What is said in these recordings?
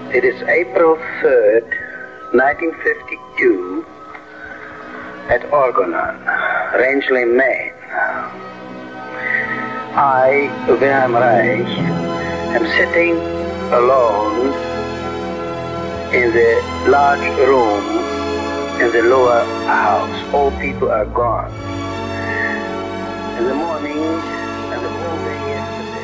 It is April 3rd, 1952, at Orgonon, Rangeley, Maine. I, Wilhelm Reich, am sitting alone in the large room in the lower house. All people are gone. In the morning and the whole day yesterday.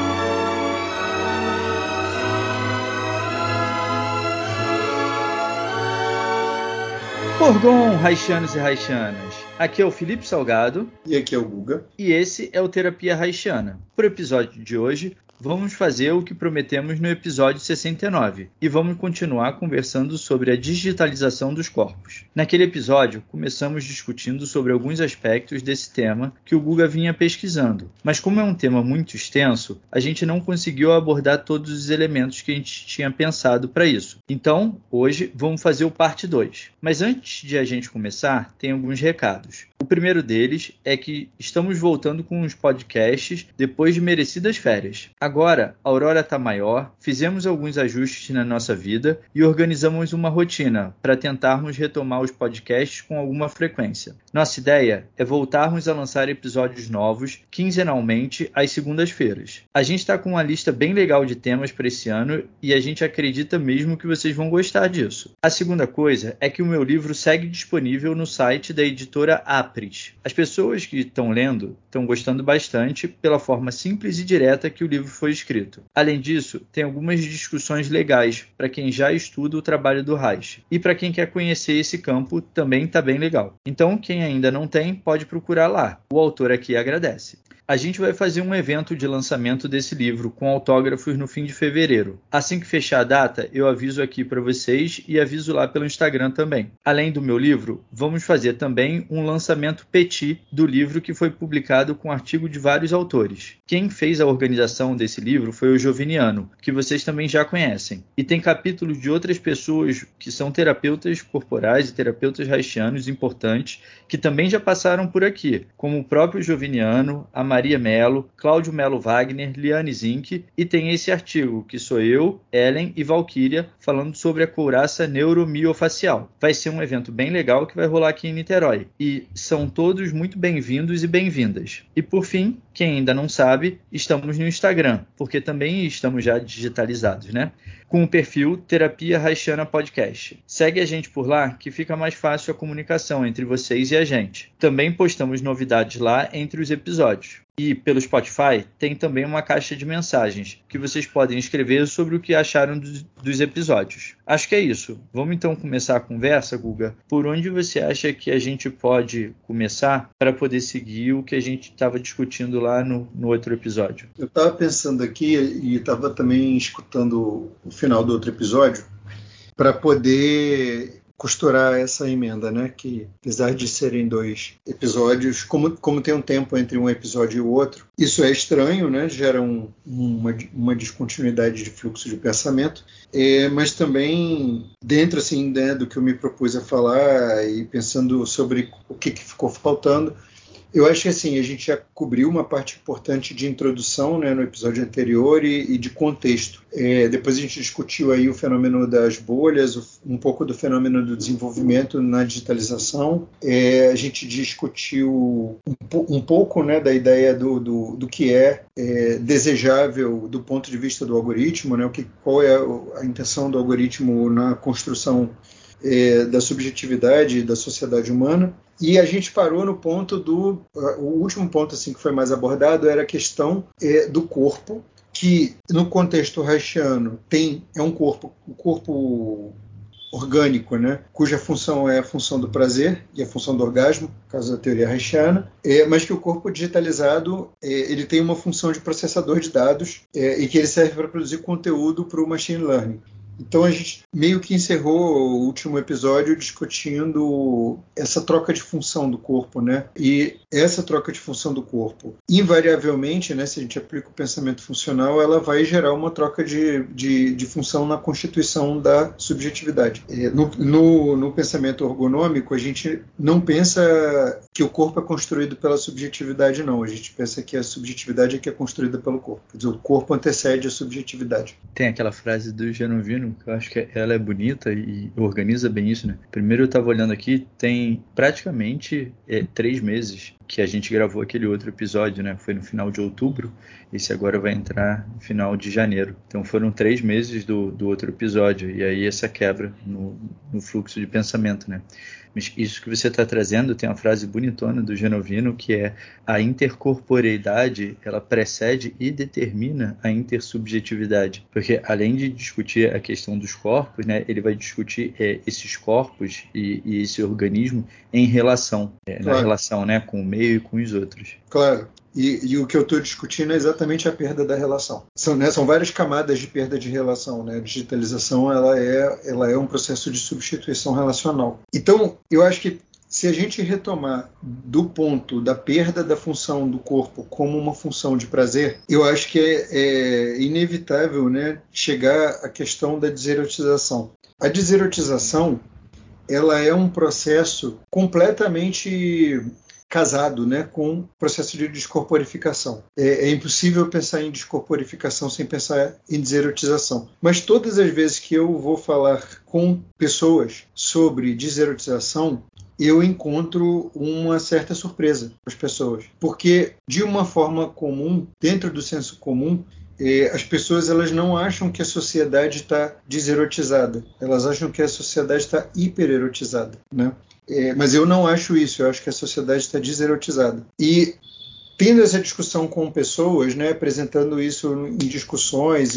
Orgon, Reichianos e Reichianas. Aqui é o Felipe Salgado. E aqui é o Guga. E esse é o Terapia Reichiana. Para o episódio de hoje, vamos fazer o que prometemos no episódio 69 e vamos continuar conversando sobre a digitalização dos corpos. Naquele episódio, começamos discutindo sobre alguns aspectos desse tema que o Guga vinha pesquisando, mas como é um tema muito extenso, a gente não conseguiu abordar todos os elementos que a gente tinha pensado para isso. Então, hoje, vamos fazer o parte 2. Mas antes de a gente começar, tem alguns recados. O primeiro deles é que estamos voltando com os podcasts depois de merecidas férias. Agora, a Aurora está maior, fizemos alguns ajustes na nossa vida e organizamos uma rotina para tentarmos retomar os podcasts com alguma frequência. Nossa ideia é voltarmos a lançar episódios novos quinzenalmente às segundas-feiras. A gente está com uma lista bem legal de temas para esse ano e a gente acredita mesmo que vocês vão gostar disso. A segunda coisa é que o meu livro segue disponível no site da editora Apris. As pessoas que estão lendo estão gostando bastante pela forma simples e direta que o livro foi escrito. Além disso, tem algumas discussões legais para quem já estuda o trabalho do Reich. E para quem quer conhecer esse campo, também está bem legal. Então, quem ainda não tem, pode procurar lá. O autor aqui agradece. A gente vai fazer um evento de lançamento desse livro com autógrafos no fim de fevereiro. Assim que fechar a data, eu aviso aqui para vocês e aviso lá pelo Instagram também. Além do meu livro, vamos fazer também um lançamento petit do livro que foi publicado com artigo de vários autores. Quem fez a organização desse livro foi o Joviniano, que vocês também já conhecem. E tem capítulos de outras pessoas que são terapeutas corporais e terapeutas reichianos importantes que também já passaram por aqui, como o próprio Joviniano, a Maria Mello, Cláudio Melo Wagner, Liane Zink, e tem esse artigo, que sou eu, Ellen e Valquíria, falando sobre a couraça neuromiofacial. Vai ser um evento bem legal que vai rolar aqui em Niterói. E são todos muito bem-vindos e bem-vindas. E por fim, quem ainda não sabe, estamos no Instagram, porque também estamos já digitalizados, né? Com o perfil Terapia Reichiana Podcast. Segue a gente por lá, que fica mais fácil a comunicação entre vocês e a gente. Também postamos novidades lá entre os episódios. E pelo Spotify tem também uma caixa de mensagens que vocês podem escrever sobre o que acharam dos episódios. Acho que é isso. Vamos então começar a conversa, Guga? Por onde você acha que a gente pode começar para poder seguir o que a gente estava discutindo lá no outro episódio? Eu estava pensando aqui e estava também escutando o final do outro episódio para poder costurar essa emenda, né? Que apesar de serem 2 episódios, como tem um tempo entre um episódio e o outro, isso é estranho, né? Gera uma descontinuidade de fluxo de pensamento, mas também dentro assim, né, do que eu me propus a falar e pensando sobre o que ficou faltando, eu acho que assim, a gente já cobriu uma parte importante de introdução, né, no episódio anterior e de contexto. Depois a gente discutiu aí o fenômeno das bolhas, um pouco do fenômeno do desenvolvimento na digitalização. A gente discutiu um pouco, né, da ideia do que é desejável do ponto de vista do algoritmo, né, qual é a intenção do algoritmo na construção da subjetividade da sociedade humana. E a gente parou no ponto o último ponto assim, que foi mais abordado era a questão do corpo, que no contexto reichiano é um corpo orgânico, né, cuja função é a função do prazer e a função do orgasmo, no caso da teoria reichiana, mas que o corpo digitalizado ele tem uma função de processador de dados e que ele serve para produzir conteúdo para o machine learning. Então a gente meio que encerrou o último episódio discutindo essa troca de função do corpo, né? E essa troca de função do corpo, invariavelmente, né, se a gente aplica o pensamento funcional, ela vai gerar uma troca de função na constituição da subjetividade. No pensamento ergonômico, a gente não pensa que o corpo é construído pela subjetividade, não. A gente pensa que a subjetividade é que é construída pelo corpo. Quer dizer, o corpo antecede a subjetividade. Tem aquela frase do Genovino Genovino, que eu acho que ela é bonita e organiza bem isso, né? Primeiro eu estava olhando aqui, tem praticamente 3 meses que a gente gravou aquele outro episódio, né? Foi no final de outubro, esse agora vai entrar no final de janeiro. Então foram 3 meses do outro episódio, e aí essa quebra no fluxo de pensamento, né? Mas isso que você está trazendo tem uma frase bonitona do Genovino, que é: a intercorporeidade, ela precede e determina a intersubjetividade. Porque além de discutir a questão dos corpos, né, ele vai discutir esses corpos e esse organismo em relação, na relação, né, com o meio e com os outros. Claro. E o que eu estou discutindo é exatamente a perda da relação. São várias camadas de perda de relação, né? A digitalização ela é um processo de substituição relacional. Então, eu acho que se a gente retomar do ponto da perda da função do corpo como uma função de prazer, eu acho que é inevitável, né, chegar à questão da deserotização. A deserotização, ela é um processo completamente casado, né, com o processo de descorporificação. É impossível pensar em descorporificação sem pensar em deserotização. Mas todas as vezes que eu vou falar com pessoas sobre deserotização, eu encontro uma certa surpresa com as pessoas. Porque, de uma forma comum, dentro do senso comum, as pessoas elas não acham que a sociedade está deserotizada. Elas acham que a sociedade está hipererotizada, né? Mas eu não acho isso, eu acho que a sociedade está deserotizada. E tendo essa discussão com pessoas, né, apresentando isso em discussões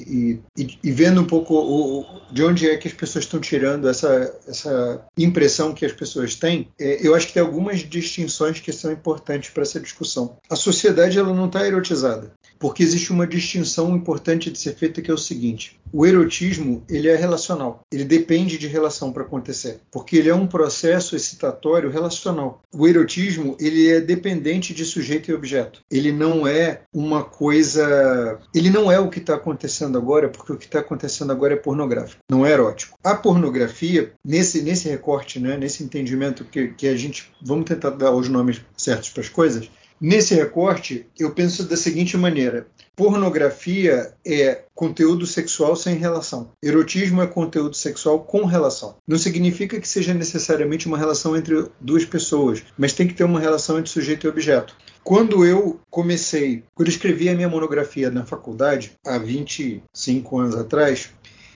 e vendo um pouco de onde é que as pessoas estão tirando essa impressão que as pessoas têm, eu acho que tem algumas distinções que são importantes para essa discussão. A sociedade ela não está erotizada, porque existe uma distinção importante de ser feita, que é o seguinte: o erotismo ele é relacional, ele depende de relação para acontecer, porque ele é um processo excitatório relacional. O erotismo ele é dependente de sujeito e objeto. Ele não é uma coisa, ele não é o que está acontecendo agora, porque o que está acontecendo agora é pornográfico, não é erótico. A pornografia, nesse recorte, né, nesse entendimento que a gente, vamos tentar dar os nomes certos para as coisas. Nesse recorte, eu penso da seguinte maneira: pornografia é conteúdo sexual sem relação. Erotismo é conteúdo sexual com relação. Não significa que seja necessariamente uma relação entre duas pessoas, mas tem que ter uma relação entre sujeito e objeto. Quando eu escrevi a minha monografia na faculdade, há 25 anos atrás,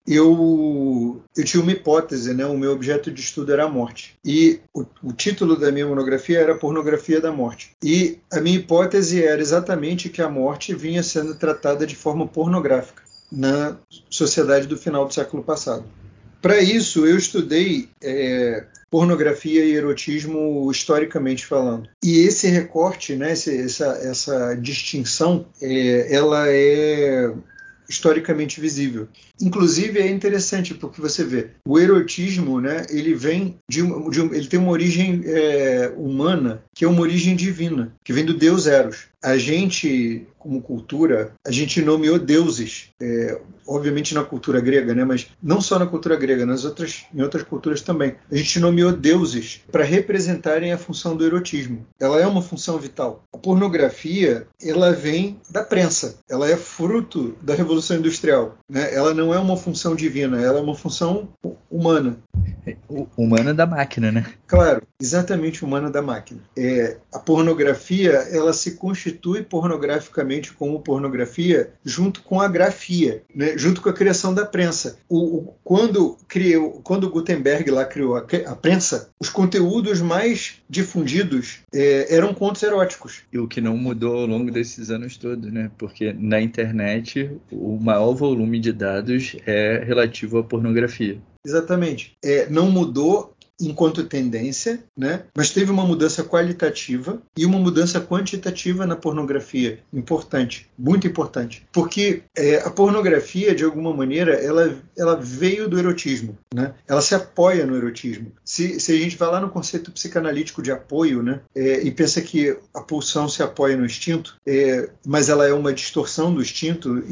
eu tinha uma hipótese, né? O meu objeto de estudo era a morte. E o título da minha monografia era Pornografia da Morte. E a minha hipótese era exatamente que a morte vinha sendo tratada de forma pornográfica na sociedade do final do século passado. Para isso, eu estudei pornografia e erotismo historicamente falando. E esse recorte, né, essa distinção, ela é historicamente visível. Inclusive é interessante porque você vê, o erotismo, né, ele vem ele tem uma origem humana, que é uma origem divina, que vem do deus Eros. A gente, como cultura, a gente nomeou deuses, obviamente na cultura grega, né, mas não só na cultura grega, em outras culturas também. A gente nomeou deuses para representarem a função do erotismo. Ela é uma função vital. A pornografia, ela vem da prensa. Ela é fruto da Revolução Industrial, né? Ela não é uma função divina, ela é uma função humana. Humana da máquina, né? Claro, exatamente humana da máquina. A pornografia, ela se constitui pornograficamente como pornografia junto com a grafia, né? Junto com a criação da prensa. Quando Gutenberg lá criou a prensa, os conteúdos mais difundidos eram contos eróticos. E o que não mudou ao longo desses anos todos, né? Porque na internet o maior volume de dados é relativo à pornografia. Exatamente. Não mudou enquanto tendência, né? Mas teve uma mudança qualitativa e uma mudança quantitativa na pornografia. Importante, muito importante. Porque a pornografia, de alguma maneira, ela veio do erotismo, né? Ela se apoia no erotismo. Se a gente vai lá no conceito psicanalítico de apoio, né? E pensa que a pulsão se apoia no instinto, mas ela é uma distorção do instinto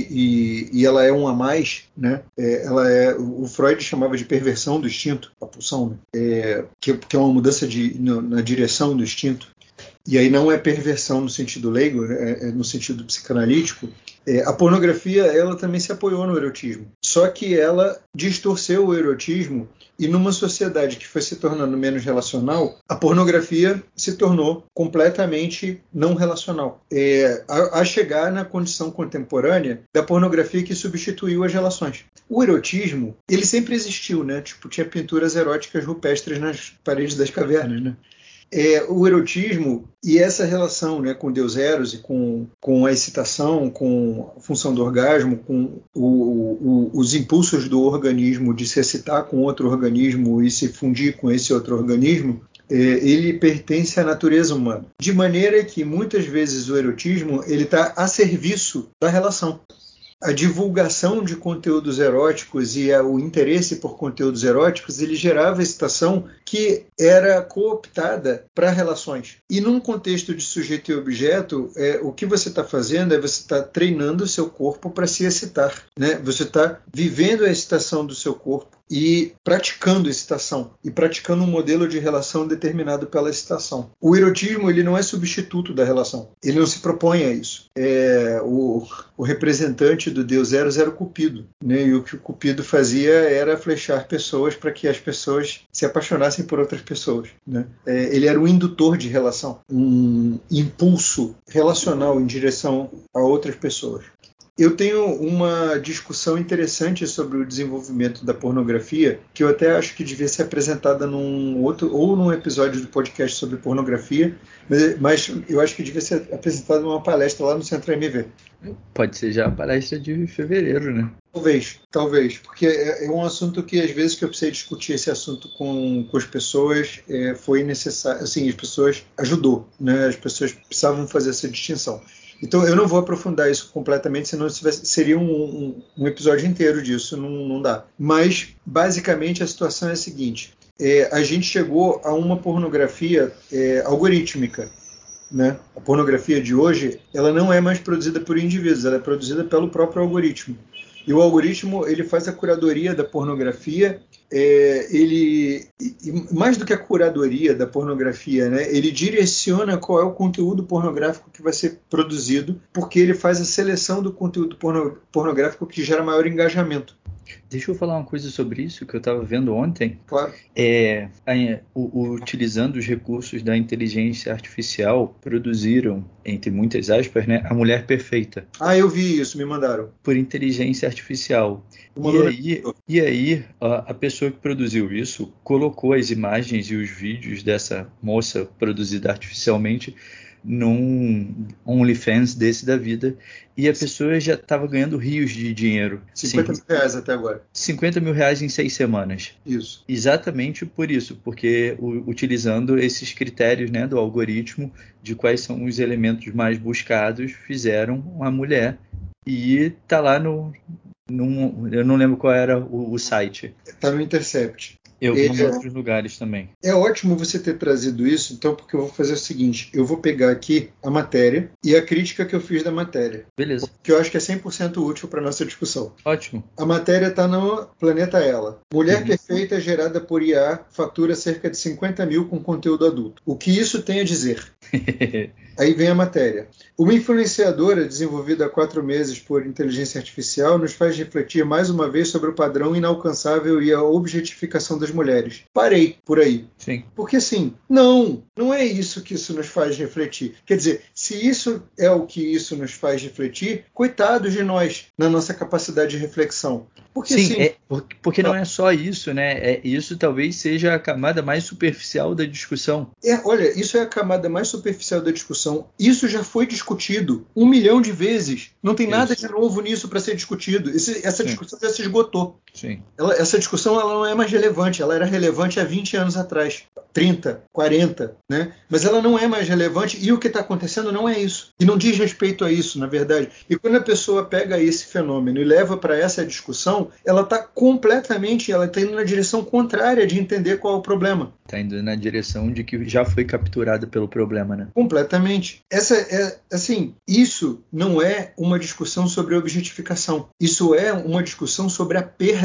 e ela é um a mais, né? O Freud chamava de perversão do instinto, a pulsão, né? Que é uma mudança na direção do instinto. E aí não é perversão no sentido leigo, no sentido psicanalítico. A pornografia ela também se apoiou no erotismo. Só que ela distorceu o erotismo e numa sociedade que foi se tornando menos relacional, a pornografia se tornou completamente não relacional. A chegar na condição contemporânea da pornografia que substituiu as relações. O erotismo, ele sempre existiu, né? Tipo, tinha pinturas eróticas rupestres nas paredes das cavernas, né? O erotismo e essa relação, né, com Deus Eros e com a excitação, com a função do orgasmo, com os impulsos do organismo de se excitar com outro organismo e se fundir com esse outro organismo, ele pertence à natureza humana. De maneira que, muitas vezes, o erotismo está a serviço da relação. A divulgação de conteúdos eróticos e o interesse por conteúdos eróticos, ele gerava excitação que era cooptada para relações. E num contexto de sujeito e objeto, o que você está fazendo você está treinando o seu corpo para se excitar, né? Você está vivendo a excitação do seu corpo e praticando excitação, e praticando um modelo de relação determinado pela excitação. O erotismo, ele não é substituto da relação, ele não se propõe a isso. O representante do Deus Eros era o Cupido, né? E o que o Cupido fazia era flechar pessoas para que as pessoas se apaixonassem por outras pessoas, né? Ele era um indutor de relação, um impulso relacional em direção a outras pessoas. Eu tenho uma discussão interessante sobre o desenvolvimento da pornografia, que eu até acho que devia ser apresentada num episódio do podcast sobre pornografia, mas eu acho que devia ser apresentada numa palestra lá no Centro MV. Pode ser já a palestra de fevereiro, né? Talvez, porque é um assunto que às vezes que eu precisei discutir esse assunto com as pessoas, foi necessário, assim, as pessoas ajudou, né? As pessoas precisavam fazer essa distinção. Então eu não vou aprofundar isso completamente, senão seria um episódio inteiro disso, não dá. Mas basicamente a situação é a seguinte: a gente chegou a uma pornografia algorítmica, né? A pornografia de hoje, ela não é mais produzida por indivíduos, ela é produzida pelo próprio algoritmo. E o algoritmo, ele faz a curadoria da pornografia, mais do que a curadoria da pornografia, né, ele direciona qual é o conteúdo pornográfico que vai ser produzido, porque ele faz a seleção do conteúdo pornográfico que gera maior engajamento. Deixa eu falar uma coisa sobre isso que eu estava vendo ontem. Claro. Utilizando os recursos da inteligência artificial, produziram, entre muitas aspas, né, a mulher perfeita. Eu vi isso, me mandaram. Por inteligência artificial. E aí, a pessoa que produziu isso colocou as imagens e os vídeos dessa moça produzida artificialmente num OnlyFans desse da vida, e a pessoa já estava ganhando rios de dinheiro. 50 mil reais até agora. 50 mil reais em 6 semanas. Isso. Exatamente por isso, porque utilizando esses critérios, né, do algoritmo, de quais são os elementos mais buscados, fizeram uma mulher, e tá lá eu não lembro qual era o site. Tá no Intercept. Eu vi em outros lugares também. É ótimo você ter trazido isso, então, porque eu vou fazer o seguinte: eu vou pegar aqui a matéria e a crítica que eu fiz da matéria. Beleza. Que eu acho que é 100% útil para nossa discussão. Ótimo. A matéria está no Planeta Ela. Mulher perfeita gerada por IA fatura cerca de 50 mil com conteúdo adulto. O que isso tem a dizer? Aí vem a matéria. Uma influenciadora desenvolvida há 4 meses por inteligência artificial nos faz refletir mais uma vez sobre o padrão inalcançável e a objetificação das mulheres. Parei por aí. Sim. Porque assim, não é isso que isso nos faz refletir. Quer dizer, se isso é o que isso nos faz refletir, coitados de nós, na nossa capacidade de reflexão. Porque, sim, assim, porque não é só isso, né? Isso talvez seja a camada mais superficial da discussão. Olha, isso é a camada mais superficial da discussão. Isso já foi discutido 1 milhão de vezes. Não tem nada de novo nisso para ser discutido. Essa discussão já se esgotou. Sim. Essa discussão ela não é mais relevante. Ela era relevante há 20 anos atrás. 30, 40, né? Mas ela não é mais relevante e o que está acontecendo não é isso. E não diz respeito a isso, na verdade. E quando a pessoa pega esse fenômeno e leva para essa discussão, ela está indo na direção contrária de entender qual é o problema. Está indo na direção de que já foi capturada pelo problema, né? Completamente. Isso não é uma discussão sobre objetificação. Isso é uma discussão sobre a perda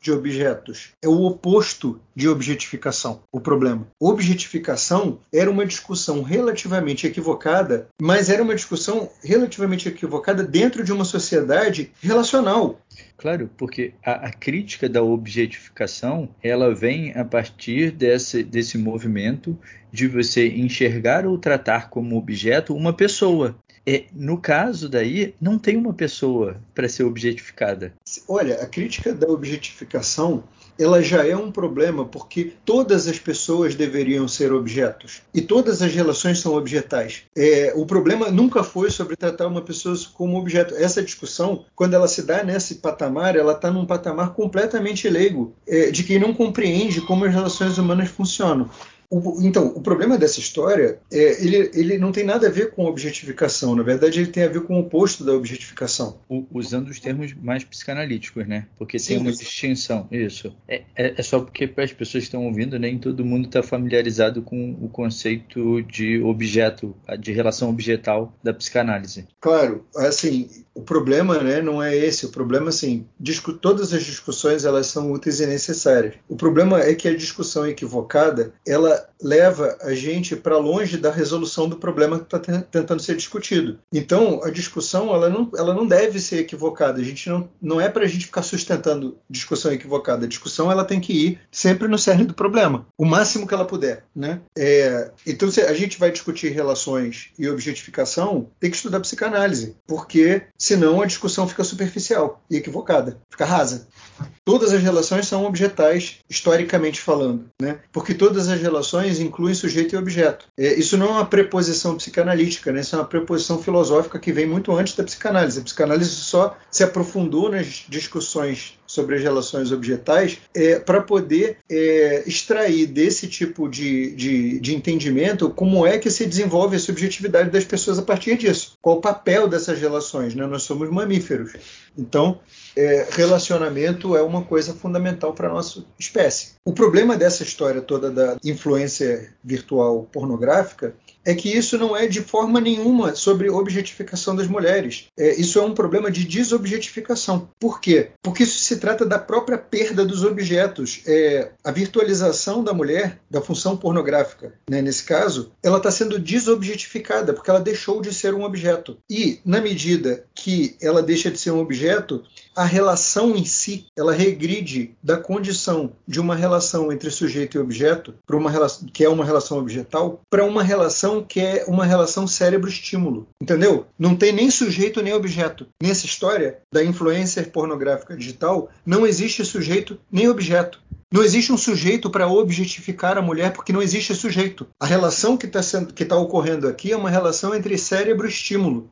de objetos. É o oposto de objetificação, o problema. Objetificação era uma discussão relativamente equivocada, mas era uma discussão relativamente equivocada dentro de uma sociedade relacional. Claro, porque a crítica da objetificação, ela vem a partir desse movimento de você enxergar ou tratar como objeto uma pessoa. No caso daí, não tem uma pessoa para ser objetificada. Olha, a crítica da objetificação, ela já é um problema porque todas as pessoas deveriam ser objetos e todas as relações são objetais. O problema nunca foi sobre tratar uma pessoa como objeto. Essa discussão, quando ela se dá nesse patamar, ela está num patamar completamente leigo, de quem não compreende como as relações humanas funcionam. Então, o problema dessa história, ele não tem nada a ver com objetificação. Na verdade, ele tem a ver com o oposto da objetificação. Usando os termos mais psicanalíticos, né? Porque Sim, tem uma distinção. Isso. É só porque as pessoas estão ouvindo, nem todo mundo está familiarizado com o conceito de objeto, de relação objetal da psicanálise. Claro, assim, o problema, né, não é esse. O problema, assim, todas as discussões elas são úteis e necessárias. O problema é que a discussão equivocada, ela leva a gente para longe da resolução do problema que está tentando ser discutido. Então, a discussão ela não deve ser equivocada. A gente não é para a gente ficar sustentando discussão equivocada. A discussão ela tem que ir sempre no cerne do problema, o máximo que ela puder, né? Então, se a gente vai discutir relações e objetificação, tem que estudar psicanálise, porque senão a discussão fica superficial e equivocada, fica rasa. Todas as relações são objetais, historicamente falando, né? Porque todas as relações incluem sujeito e objeto. Isso não é uma preposição psicanalítica, né? Isso é uma preposição filosófica que vem muito antes da psicanálise. A psicanálise só se aprofundou nas discussões sobre as relações objetais para poder extrair desse tipo de entendimento como é que se desenvolve a subjetividade das pessoas a partir disso. Qual o papel dessas relações, né? Nós somos mamíferos. Então, relacionamento é uma coisa fundamental para a nossa espécie. O problema dessa história toda da influência virtual pornográfica é que isso não é de forma nenhuma sobre objetificação das mulheres. Isso é um problema de desobjetificação. Por quê? Porque isso se trata da própria perda dos objetos. A virtualização da mulher, da função pornográfica, né, nesse caso, ela está sendo desobjetificada, porque ela deixou de ser um objeto. E, na medida que ela deixa de ser um objeto, a relação em si, ela regride da condição de uma relação entre sujeito e objeto, para uma relação, que é uma relação objetal, para uma relação que é uma relação cérebro-estímulo. Entendeu? Não tem nem sujeito nem objeto. Nessa história da influencer pornográfica digital, não existe sujeito nem objeto. Não existe um sujeito para objetificar a mulher porque não existe sujeito. A relação que está ocorrendo aqui é uma relação entre cérebro e estímulo.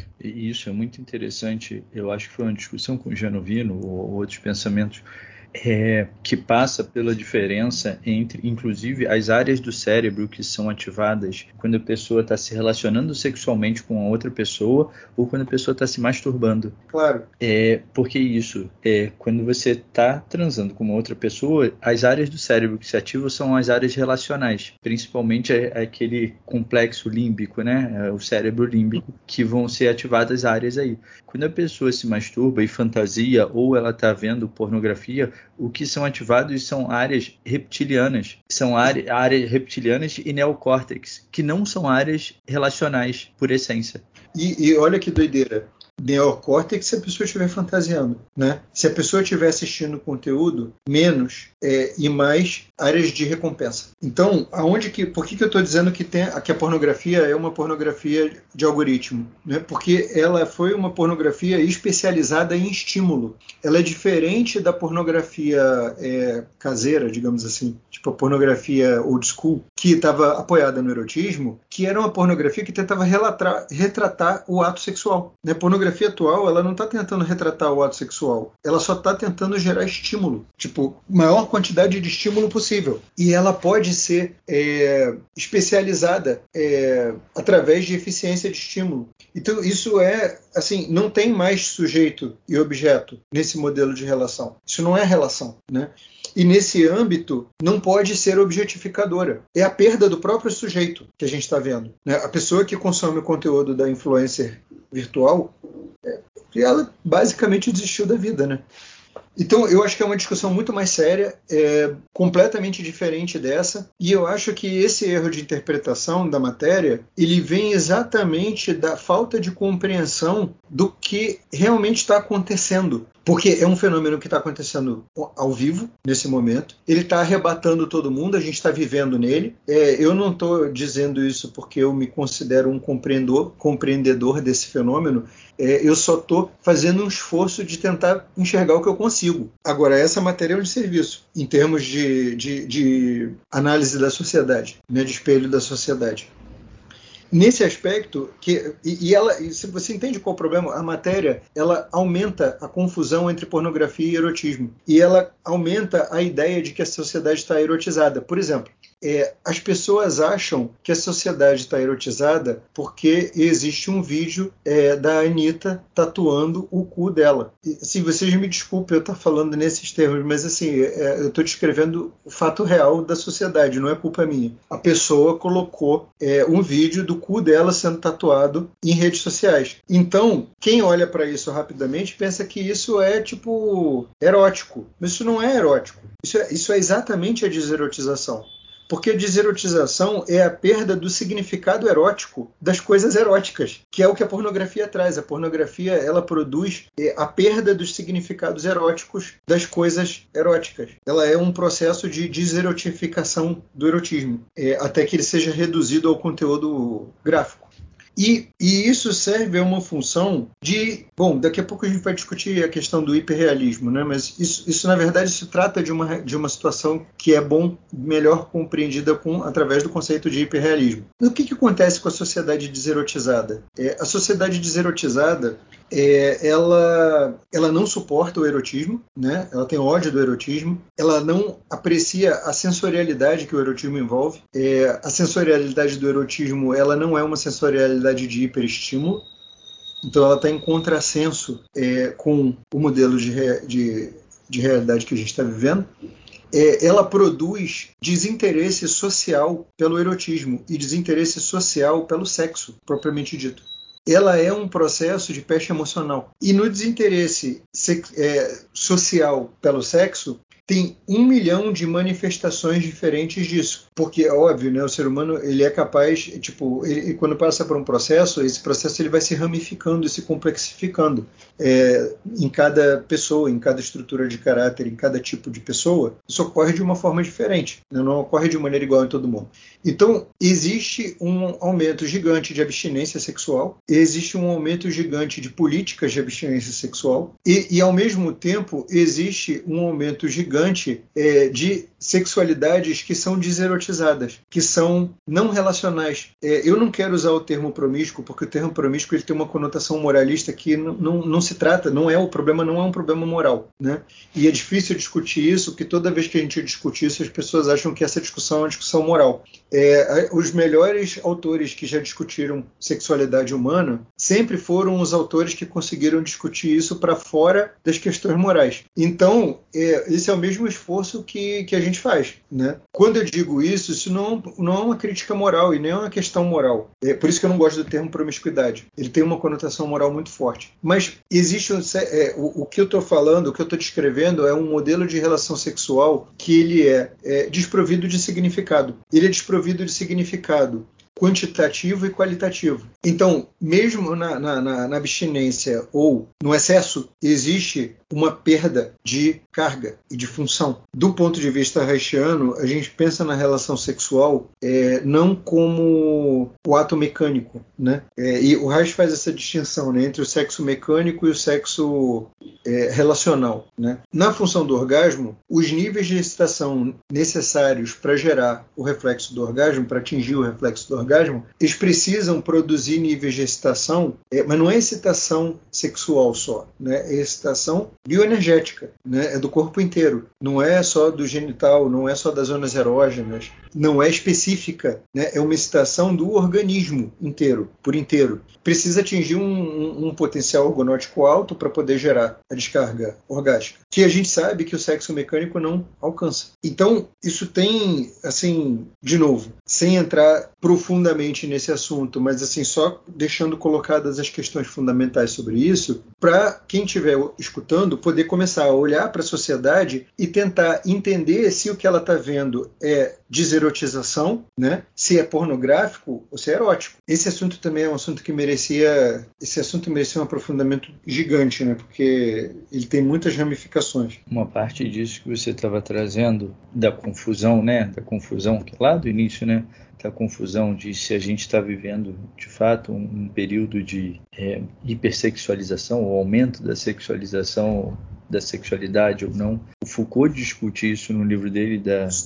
E isso é muito interessante. Eu acho que foi uma discussão com o Genovino ou outros pensamentos que passa pela diferença entre, inclusive, as áreas do cérebro que são ativadas quando a pessoa está se relacionando sexualmente com a outra pessoa ou quando a pessoa está se masturbando. Claro. Porque isso, quando você está transando com uma outra pessoa, as áreas do cérebro que se ativam são as áreas relacionais, principalmente aquele complexo límbico, né? O cérebro límbico, que vão ser ativadas áreas aí. Quando a pessoa se masturba e fantasia ou ela está vendo pornografia, o que são ativados são áreas reptilianas. São áreas reptilianas e neocórtex, que não são áreas relacionais, por essência. E olha que doideira. Neocórtex se a pessoa estiver fantasiando, né? Se a pessoa estiver assistindo conteúdo, menos e mais áreas de recompensa. Então, por que eu estou dizendo que a pornografia é uma pornografia de algoritmo? Né? Porque ela foi uma pornografia especializada em estímulo. Ela é diferente da pornografia caseira, digamos assim, tipo a pornografia old school, que estava apoiada no erotismo, que era uma pornografia que tentava retratar o ato sexual. Né? A pornografia atual, ela não está tentando retratar o ato sexual, ela só está tentando gerar estímulo, tipo, maior quantidade de estímulo possível. E ela pode ser especializada através de eficiência de estímulo. Então, isso assim, não tem mais sujeito e objeto nesse modelo de relação. Isso não é relação, né? E nesse âmbito, não pode ser objetificadora. É a perda do próprio sujeito que a gente está vendo. Né? A pessoa que consome o conteúdo da influencer virtual, ela basicamente desistiu da vida, né? Então, eu acho que é uma discussão muito mais séria, completamente diferente dessa, e eu acho que esse erro de interpretação da matéria, ele vem exatamente da falta de compreensão do que realmente está acontecendo. Porque é um fenômeno que está acontecendo ao vivo, nesse momento. Ele está arrebatando todo mundo, a gente está vivendo nele. Eu não estou dizendo isso porque eu me considero um compreendedor desse fenômeno. Eu só estou fazendo um esforço de tentar enxergar o que eu consigo. Agora, essa matéria é um serviço, em termos de análise da sociedade, né, de espelho da sociedade. Nesse aspecto, se você entende qual é o problema, a matéria ela aumenta a confusão entre pornografia e erotismo. E ela aumenta a ideia de que a sociedade está erotizada. Por exemplo, as pessoas acham que a sociedade está erotizada porque existe um vídeo da Anitta tatuando o cu dela. Assim, vocês me desculpem eu estar falando nesses termos, mas assim, eu estou descrevendo o fato real da sociedade, não é culpa minha. A pessoa colocou um vídeo do cu dela sendo tatuado em redes sociais. Então, quem olha para isso rapidamente pensa que isso é tipo erótico. Mas isso não é erótico. Isso é exatamente a deserotização. Porque a deserotização é a perda do significado erótico das coisas eróticas, que é o que a pornografia traz. A pornografia ela produz a perda dos significados eróticos das coisas eróticas. Ela é um processo de deserotificação do erotismo, até que ele seja reduzido ao conteúdo gráfico. E isso serve a uma função de... Bom, daqui a pouco a gente vai discutir a questão do hiperrealismo, né? Mas isso na verdade, se trata de uma situação que é melhor compreendida através do conceito de hiperrealismo. O que acontece com a sociedade deserotizada? A sociedade deserotizada, ela não suporta o erotismo, né? Ela tem ódio do erotismo, ela não aprecia a sensorialidade que o erotismo envolve. A sensorialidade do erotismo ela não é uma sensorialidade de hiperestímulo, então ela está em contrassenso com o modelo de realidade que a gente está vivendo. Ela produz desinteresse social pelo erotismo e desinteresse social pelo sexo, propriamente dito. Ela é um processo de peste emocional. E no desinteresse social pelo sexo, tem 1 milhão de manifestações diferentes disso. Porque, óbvio, né, o ser humano ele é capaz, ele, quando passa por um processo, esse processo ele vai se ramificando e se complexificando em cada pessoa, em cada estrutura de caráter, em cada tipo de pessoa. Isso ocorre de uma forma diferente, né, não ocorre de maneira igual em todo mundo. Então, existe um aumento gigante de abstinência sexual, existe um aumento gigante de políticas de abstinência sexual e ao mesmo tempo, existe um aumento gigante de sexualidades que são deserotizadas, que são não relacionais. Eu não quero usar o termo promíscuo, porque o termo promíscuo ele tem uma conotação moralista que não se trata, o problema não é um problema moral, né? E é difícil discutir isso, porque toda vez que a gente discute isso, as pessoas acham que essa discussão é uma discussão moral. Os melhores autores que já discutiram sexualidade humana sempre foram os autores que conseguiram discutir isso para fora das questões morais. Então, esse é o mesmo esforço que a gente faz, né? Quando eu digo isso não é uma crítica moral e nem é uma questão moral. Por isso que eu não gosto do termo promiscuidade. Ele tem uma conotação moral muito forte. Mas existe o que eu estou falando, o que eu estou descrevendo é um modelo de relação sexual que ele é desprovido de significado. Ele é desprovido de significado quantitativo e qualitativo. Então, mesmo na abstinência ou no excesso, existe uma perda de carga e de função. Do ponto de vista reichiano, a gente pensa na relação sexual não como o ato mecânico, né? E o Reich faz essa distinção, né, entre o sexo mecânico e o sexo relacional, né? Na função do orgasmo, os níveis de excitação necessários para gerar o reflexo do orgasmo, para atingir o reflexo do orgasmo, eles precisam produzir níveis de excitação, mas não é excitação sexual só, né? É excitação bioenergética, né? É do corpo inteiro, não é só do genital, não é só das zonas erógenas, não é específica, né? É uma excitação do organismo inteiro, por inteiro. Precisa atingir um potencial organótico alto para poder gerar a descarga orgástica, que a gente sabe que o sexo mecânico não alcança. Então, isso tem, assim, de novo, sem entrar profundamente nesse assunto, mas assim, só deixando colocadas as questões fundamentais sobre isso, para quem estiver escutando poder começar a olhar para a sociedade e tentar entender se o que ela está vendo é deserotização, né? Se é pornográfico ou se é erótico. Esse assunto também é um assunto que merecia um aprofundamento gigante, né? Porque ele tem muitas ramificações. Uma parte disso que você estava trazendo da confusão, né? Da confusão que lá do início, né? Da confusão de se a gente está vivendo de fato um período de hipersexualização ou aumento da sexualização da sexualidade ou não. O Foucault discute isso no livro dele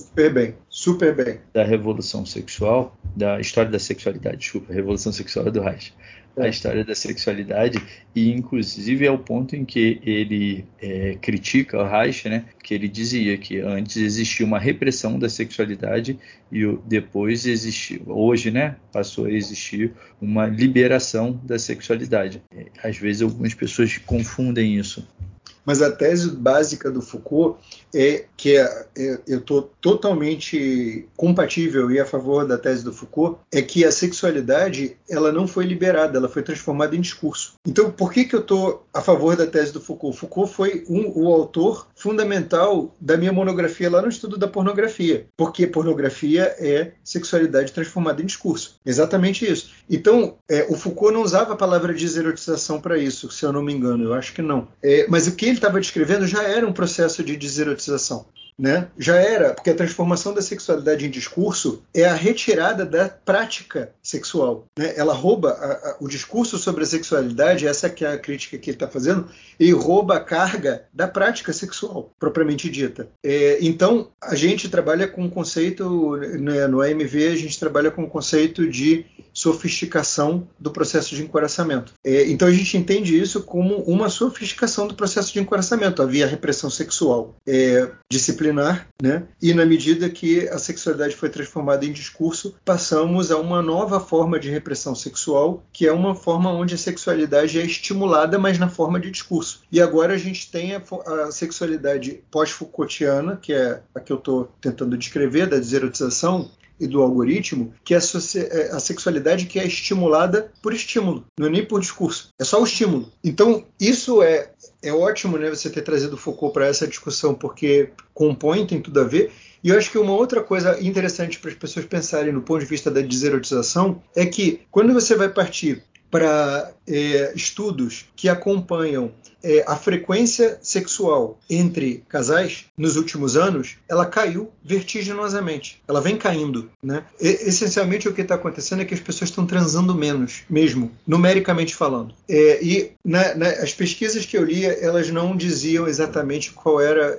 super bem da Revolução Sexual, da História da Sexualidade, desculpa, Revolução Sexual é do Reich. A história da sexualidade, e inclusive é o ponto em que ele critica o Reich, né, que ele dizia que antes existia uma repressão da sexualidade e depois existiu, hoje, né, passou a existir uma liberação da sexualidade. Às vezes algumas pessoas confundem isso. Mas a tese básica do Foucault é que eu estou totalmente compatível e a favor da tese do Foucault, é que a sexualidade ela não foi liberada, ela foi transformada em discurso. Então, por que eu estou a favor da tese do Foucault? Foucault foi o autor fundamental da minha monografia lá no estudo da pornografia, porque pornografia é sexualidade transformada em discurso. Exatamente isso. Então, o Foucault não usava a palavra deserotização para isso, se eu não me engano, eu acho que não. Mas o que ele estava descrevendo já era um processo de deserotização. Né? Já era, porque a transformação da sexualidade em discurso é a retirada da prática sexual. Né? Ela rouba o discurso sobre a sexualidade, essa que é a crítica que ele está fazendo, e rouba a carga da prática sexual, propriamente dita. Então, a gente trabalha com um conceito, né, no AMV, a gente trabalha com o conceito de sofisticação do processo de encoraçamento. Então, a gente entende isso como uma sofisticação do processo de encoraçamento. Havia repressão sexual disciplinar, né? E na medida que a sexualidade foi transformada em discurso, passamos a uma nova forma de repressão sexual, que é uma forma onde a sexualidade é estimulada, mas na forma de discurso. E agora a gente tem a sexualidade pós-Foucaultiana, que é a que eu estou tentando descrever, da deserotização e do algoritmo, que é a sexualidade que é estimulada por estímulo, não é nem por discurso, é só o estímulo. Então, isso é ótimo, né, você ter trazido Foucault para essa discussão, porque compõe, tem tudo a ver. E eu acho que uma outra coisa interessante para as pessoas pensarem no ponto de vista da deserotização é que quando você vai partir para estudos que acompanham a frequência sexual entre casais nos últimos anos, ela caiu vertiginosamente. Ela vem caindo, né? Essencialmente o que está acontecendo é que as pessoas estão transando menos, mesmo, numericamente falando. As pesquisas que eu li, elas não diziam exatamente qual era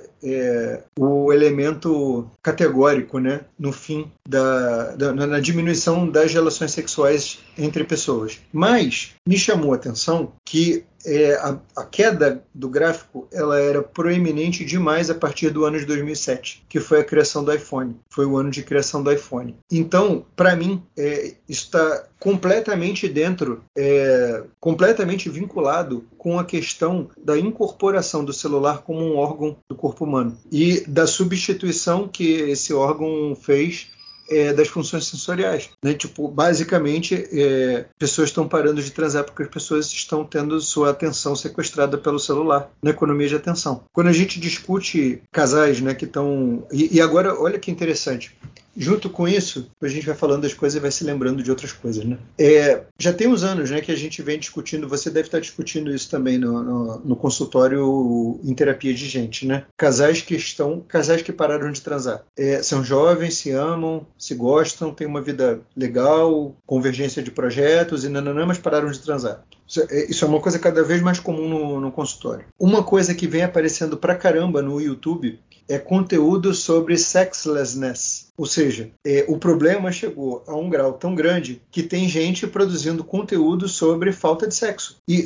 o elemento categórico, né, no fim na diminuição das relações sexuais entre pessoas. Mas me chamou a atenção que a queda do gráfico ela era proeminente demais a partir do ano de 2007, que foi a criação do iPhone. Foi o ano de criação do iPhone. Então, para mim, isso está completamente completamente vinculado com a questão da incorporação do celular como um órgão do corpo humano e da substituição que esse órgão fez das funções sensoriais, né? Tipo, basicamente, pessoas estão parando de transar porque as pessoas estão tendo sua atenção sequestrada pelo celular, na economia de atenção. Quando a gente discute casais, né, que estão... E agora, olha que interessante. Junto com isso, a gente vai falando das coisas e vai se lembrando de outras coisas, né? Já tem uns anos, né, que a gente vem discutindo, você deve estar discutindo isso também no consultório em terapia de gente, né? Casais que pararam de transar. São jovens, se amam, se gostam, têm uma vida legal, convergência de projetos, mas pararam de transar. Isso é uma coisa cada vez mais comum no consultório. Uma coisa que vem aparecendo pra caramba no YouTube é conteúdo sobre sexlessness. Ou seja, o problema chegou a um grau tão grande que tem gente produzindo conteúdo sobre falta de sexo. E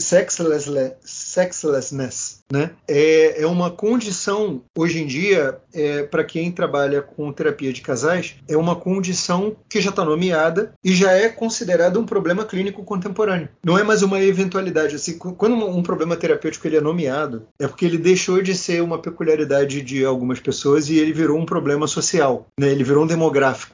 sexlessness, né, é uma condição, hoje em dia, para quem trabalha com terapia de casais, é uma condição que já está nomeada e já é considerada um problema clínico contemporâneo. Não é mais uma eventualidade. Assim, quando um problema terapêutico ele é nomeado, é porque ele deixou de ser uma peculiaridade de algumas pessoas e ele virou um problema social, né? Ele virou um demográfico.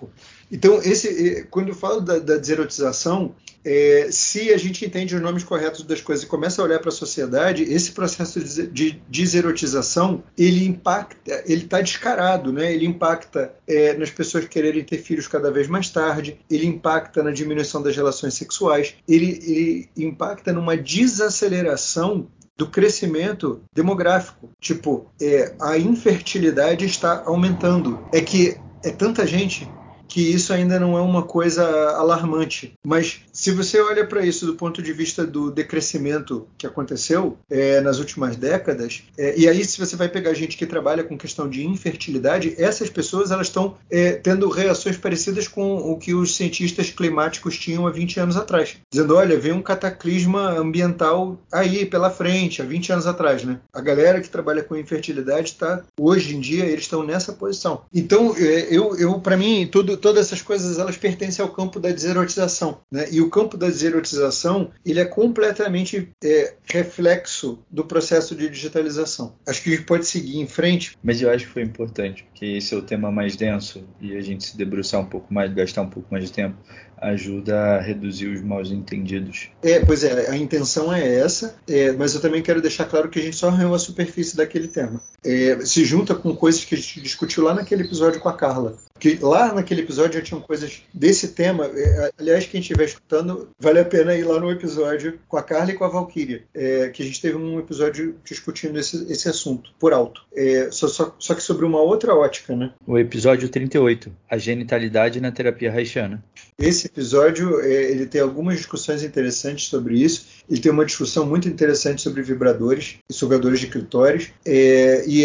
Então, quando eu falo da deserotização, se a gente entende os nomes corretos das coisas e começa a olhar para a sociedade, esse processo de deserotização, ele impacta, ele está descarado, né? Ele impacta nas pessoas quererem ter filhos cada vez mais tarde, ele impacta na diminuição das relações sexuais, ele impacta numa desaceleração do crescimento demográfico. Tipo, a infertilidade está aumentando. É que é tanta gente que isso ainda não é uma coisa alarmante. Mas se você olha para isso do ponto de vista do decrescimento que aconteceu nas últimas décadas, e aí se você vai pegar gente que trabalha com questão de infertilidade, essas pessoas elas estão tendo reações parecidas com o que os cientistas climáticos tinham há 20 anos atrás. Dizendo, olha, vem um cataclisma ambiental aí pela frente, há 20 anos atrás, né? A galera que trabalha com infertilidade hoje em dia, eles estão nessa posição. Então, para mim, todas essas coisas elas pertencem ao campo da deserotização, né? E o campo da deserotização ele é completamente reflexo do processo de digitalização. Acho que a gente pode seguir em frente. Mas eu acho que foi importante, porque esse é o tema mais denso e a gente se debruçar um pouco mais, gastar um pouco mais de tempo, ajuda a reduzir os mal-entendidos. Pois é, a intenção é essa, mas eu também quero deixar claro que a gente só arranhou a superfície daquele tema. Se junta com coisas que a gente discutiu lá naquele episódio com a Carla. Que lá naquele episódio já tinham coisas desse tema. Aliás, quem estiver escutando, vale a pena ir lá no episódio com a Carla e com a Valkyria, que a gente teve um episódio discutindo esse assunto, por alto. Só que sobre uma outra ótica, né? O episódio 38, a genitalidade na terapia haitiana. Esse episódio ele tem algumas discussões interessantes sobre isso. Ele tem uma discussão muito interessante sobre vibradores e sugadores de clitóris. E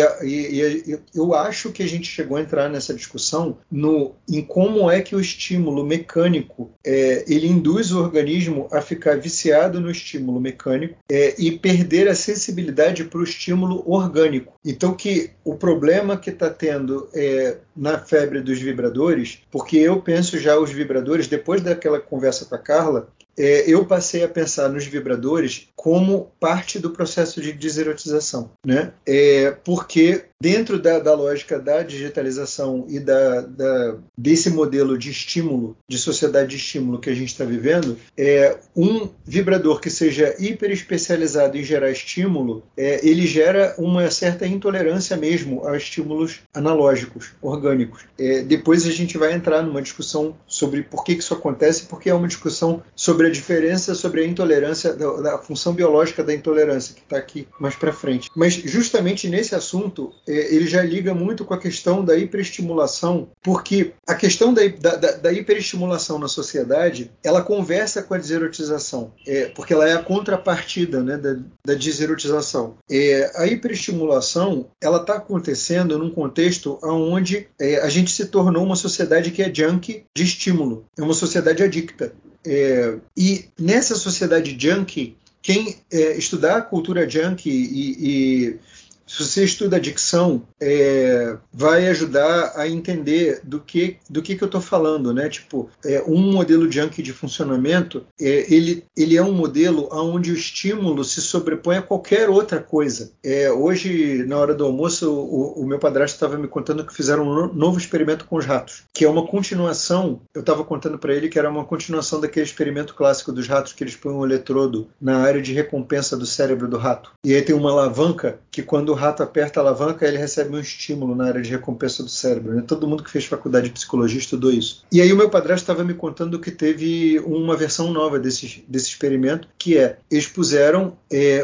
eu acho que a gente chegou a entrar nessa discussão em como é que o estímulo mecânico ele induz o organismo a ficar viciado no estímulo mecânico e perder a sensibilidade para o estímulo orgânico. Então que o problema que está tendo na febre dos vibradores, porque eu penso já os vibradores, depois daquela conversa com a Carla, eu passei a pensar nos vibradores como parte do processo de deserotização, né? Porque dentro da lógica da digitalização e desse modelo de estímulo, de sociedade de estímulo que a gente está vivendo, um vibrador que seja hiper especializado em gerar estímulo, ele gera uma certa intolerância mesmo a estímulos analógicos, orgânicos. Depois a gente vai entrar numa discussão sobre por que isso acontece, porque é uma discussão sobre a diferença, sobre a intolerância, da função biológica da intolerância, que está aqui mais para frente. Mas justamente nesse assunto, ele já liga muito com a questão da hiperestimulação, porque a questão da hiperestimulação na sociedade, ela conversa com a deserotização, porque ela é a contrapartida, né, da deserotização. A hiperestimulação, ela está acontecendo num contexto onde a gente se tornou uma sociedade que é junkie de estímulo, é uma sociedade adicta. E nessa sociedade junkie, quem estudar a cultura junkie e se você estuda adicção, vai ajudar a entender do que eu estou falando, né? Tipo, um modelo junkie de funcionamento, ele é um modelo onde o estímulo se sobrepõe a qualquer outra coisa. Hoje, na hora do almoço, o meu padrasto estava me contando que fizeram um novo experimento com os ratos, que é uma continuação. Eu estava contando para ele que era uma continuação daquele experimento clássico dos ratos, que eles põem um eletrodo na área de recompensa do cérebro do rato. E aí tem uma alavanca que, quando o rato aperta a alavanca, ele recebe um estímulo na área de recompensa do cérebro, né? Todo mundo que fez faculdade de psicologia estudou isso. E aí o meu padrasto estava me contando que teve uma versão nova desse experimento, que eles puseram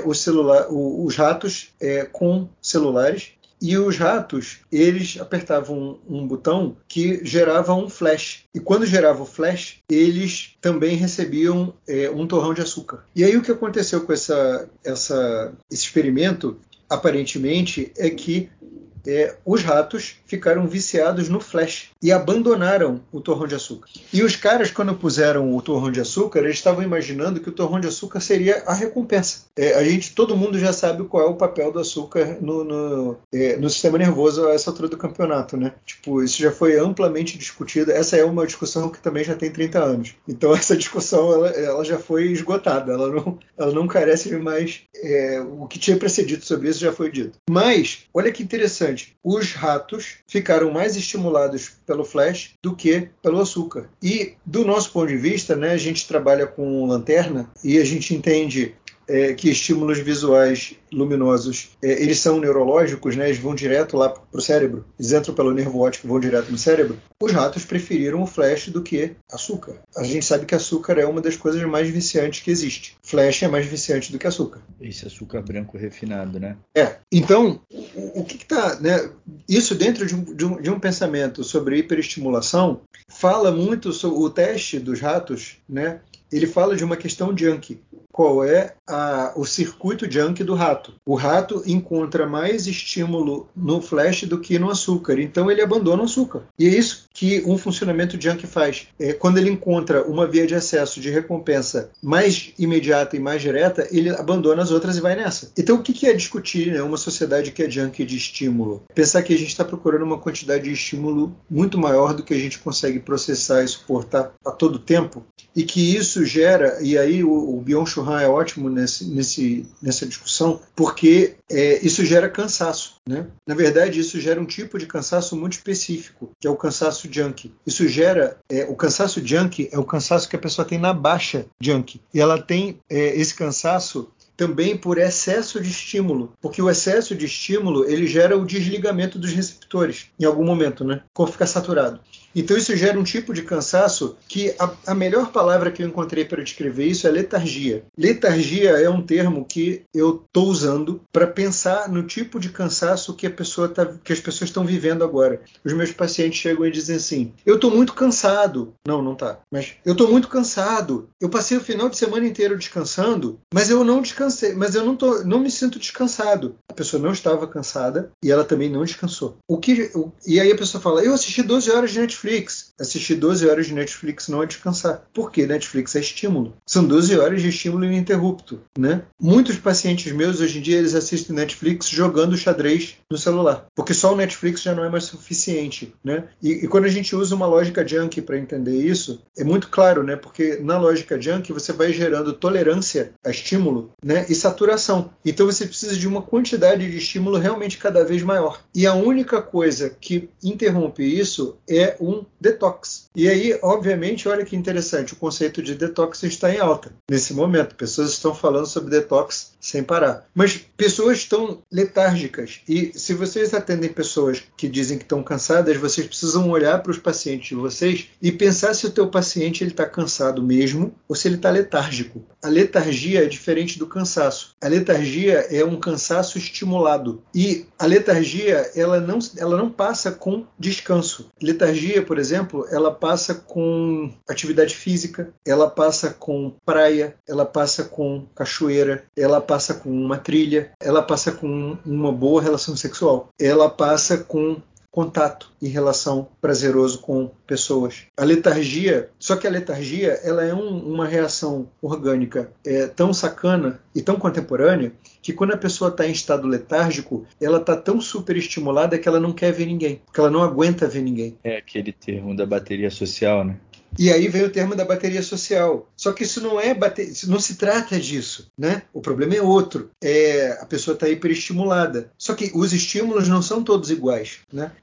os ratos com celulares, e os ratos, eles apertavam um botão que gerava um flash. E quando gerava o flash, eles também recebiam um torrão de açúcar. E aí o que aconteceu com esse experimento, aparentemente, é que os ratos ficaram viciados no flash e abandonaram o torrão de açúcar. E os caras, quando puseram o torrão de açúcar, eles estavam imaginando que o torrão de açúcar seria a recompensa. Todo mundo já sabe qual é o papel do açúcar no sistema nervoso a essa altura do campeonato, né? Tipo, isso já foi amplamente discutido. Essa é uma discussão que também já tem 30 anos. Então essa discussão ela já foi esgotada. Ela não carece de mais... o que tinha precedido sobre isso já foi dito. Mas, olha que interessante. interessante. Os ratos ficaram mais estimulados pelo flash do que pelo açúcar. E, do nosso ponto de vista, né, a gente trabalha com lanterna e a gente entende que estímulos visuais luminosos, eles são neurológicos, né? Eles vão direto lá para o cérebro, eles entram pelo nervo óptico e vão direto no cérebro. Os ratos preferiram o flash do que açúcar. A gente sabe que açúcar é uma das coisas mais viciantes que existe. Flash é mais viciante do que açúcar. Esse açúcar branco refinado, né? Então, o que está, né? Isso dentro de um pensamento sobre hiperestimulação fala muito sobre o teste dos ratos, né? Ele fala de uma questão junkie. Qual é o circuito junkie do rato? O rato encontra mais estímulo no flash do que no açúcar, então ele abandona o açúcar. E é isso que um funcionamento junkie faz. Quando ele encontra uma via de acesso de recompensa mais imediata e mais direta, ele abandona as outras e vai nessa. Então o que é discutir, né, uma sociedade que é junkie de estímulo? Pensar que a gente está procurando uma quantidade de estímulo muito maior do que a gente consegue processar e suportar a todo tempo, e que isso gera, e aí o Byung-Chul Han é ótimo nessa discussão, porque isso gera cansaço, né? Na verdade, isso gera um tipo de cansaço muito específico, que é o cansaço junkie. Isso gera, o cansaço junkie é o cansaço que a pessoa tem na baixa junkie, e ela tem esse cansaço também por excesso de estímulo, porque o excesso de estímulo ele gera o desligamento dos receptores em algum momento, né? O corpo fica saturado. Então isso gera um tipo de cansaço que a melhor palavra que eu encontrei para descrever isso é letargia. Letargia é um termo que eu estou usando para pensar no tipo de cansaço que as pessoas estão vivendo agora. Os meus pacientes chegam e dizem assim: eu estou muito cansado. Não tá. Mas eu estou muito cansado. Eu passei o final de semana inteiro descansando, mas eu não descansei. Mas eu não me sinto descansado. A pessoa não estava cansada e ela também não descansou. E aí a pessoa fala: eu assisti 12 horas de Netflix. Assistir 12 horas de Netflix não é descansar. Por quê? Netflix é estímulo. São 12 horas de estímulo ininterrupto, né? Muitos pacientes meus, hoje em dia, eles assistem Netflix jogando xadrez no celular. Porque só o Netflix já não é mais suficiente, né? E quando a gente usa uma lógica junkie para entender isso, é muito claro, né? Porque na lógica junkie você vai gerando tolerância a estímulo, né? E saturação. Então você precisa de uma quantidade de estímulo realmente cada vez maior. E a única coisa que interrompe isso é um detox. E aí, obviamente, olha que interessante, o conceito de detox está em alta nesse momento. Pessoas estão falando sobre detox sem parar. Mas pessoas estão letárgicas. E se vocês atendem pessoas que dizem que estão cansadas, vocês precisam olhar para os pacientes de vocês e pensar se o teu paciente está cansado mesmo ou se ele está letárgico. A letargia é diferente do cansaço. A letargia é um cansaço estimulado. E a letargia ela não passa com descanso. Letargia, por exemplo, ela passa com atividade física, ela passa com praia, ela passa com cachoeira, ela passa com uma trilha, ela passa com uma boa relação sexual, ela passa com contato e relação prazeroso com pessoas. A letargia, só que a letargia ela é uma reação orgânica tão sacana e tão contemporânea que quando a pessoa está em estado letárgico, ela está tão superestimulada que ela não quer ver ninguém, que ela não aguenta ver ninguém. É aquele termo da bateria social, né? E aí vem o termo da bateria social. Só que isso não se trata disso, né? O problema é outro. A pessoa está hiperestimulada. Só que os estímulos não são todos iguais, né?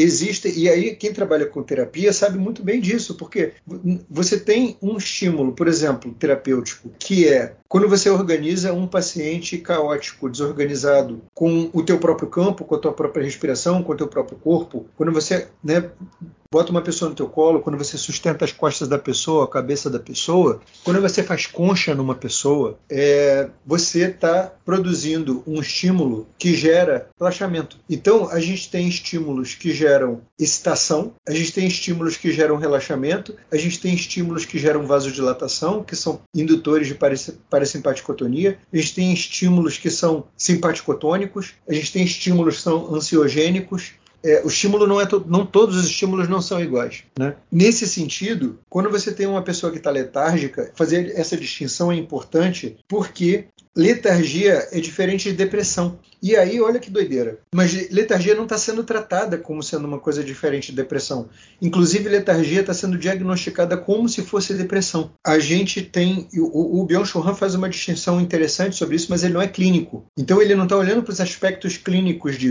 E aí quem trabalha com terapia sabe muito bem disso, porque você tem um estímulo, por exemplo, terapêutico, que é quando você organiza um paciente caótico, desorganizado, com o teu próprio campo, com a tua própria respiração, com o teu próprio corpo, quando você, né, bota uma pessoa no teu colo, quando você sustenta as costas da pessoa, a cabeça da pessoa, quando você faz concha numa pessoa, você está produzindo um estímulo que gera relaxamento. Então, a gente tem estímulos que geram excitação, a gente tem estímulos que geram relaxamento, a gente tem estímulos que geram vasodilatação, que são indutores de parasimpaticotonia, a gente tem estímulos que são simpaticotônicos, a gente tem estímulos que são ansiogênicos. O estímulo não todos os estímulos não são iguais, né? Nesse sentido, quando você tem uma pessoa que está letárgica, fazer essa distinção é importante, porque letargia é diferente de depressão. E aí, olha que doideira. Mas letargia não está sendo tratada como sendo uma coisa diferente de depressão. Inclusive, letargia está sendo diagnosticada como se fosse depressão. A gente tem... O Byung-Chul Han faz uma distinção interessante sobre isso, mas ele não é clínico. Então, ele não está olhando para os aspectos clínicos disso.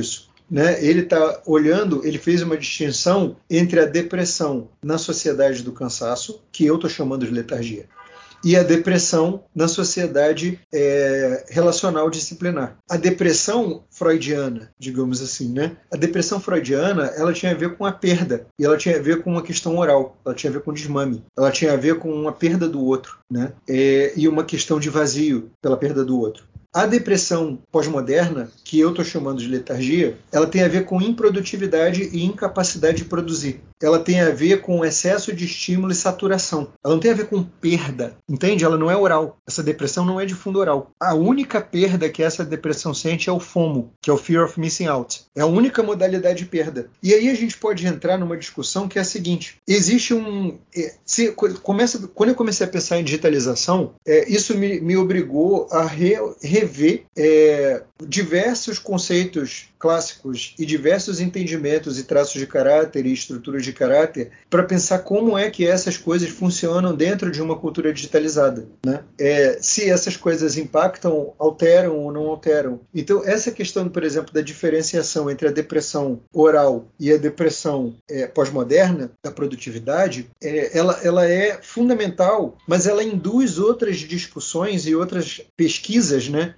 né? Ele está olhando, ele fez uma distinção entre a depressão na sociedade do cansaço, que eu estou chamando de letargia, e a depressão na sociedade relacional disciplinar. A depressão freudiana, digamos assim, né? A depressão freudiana, ela tinha a ver com a perda, e ela tinha a ver com uma questão oral, ela tinha a ver com desmame, ela tinha a ver com uma perda do outro, né? E uma questão de vazio pela perda do outro. A depressão pós-moderna, que eu estou chamando de letargia, ela tem a ver com improdutividade e incapacidade de produzir. Ela tem a ver com excesso de estímulo e saturação. Ela não tem a ver com perda, entende? Ela não é oral. Essa depressão não é de fundo oral. A única perda que essa depressão sente é o FOMO, que é o Fear of Missing Out. É a única modalidade de perda. E aí a gente pode entrar numa discussão que é a seguinte. Existe quando eu comecei a pensar em digitalização, isso me obrigou a rever diversos conceitos clássicos e diversos entendimentos e traços de caráter e estruturas de caráter para pensar como é que essas coisas funcionam dentro de uma cultura digitalizada, né? Se essas coisas impactam, alteram ou não alteram. Então, essa questão, por exemplo, da diferenciação entre a depressão oral e a depressão pós-moderna, da produtividade, ela é fundamental, mas ela induz outras discussões e outras pesquisas, né?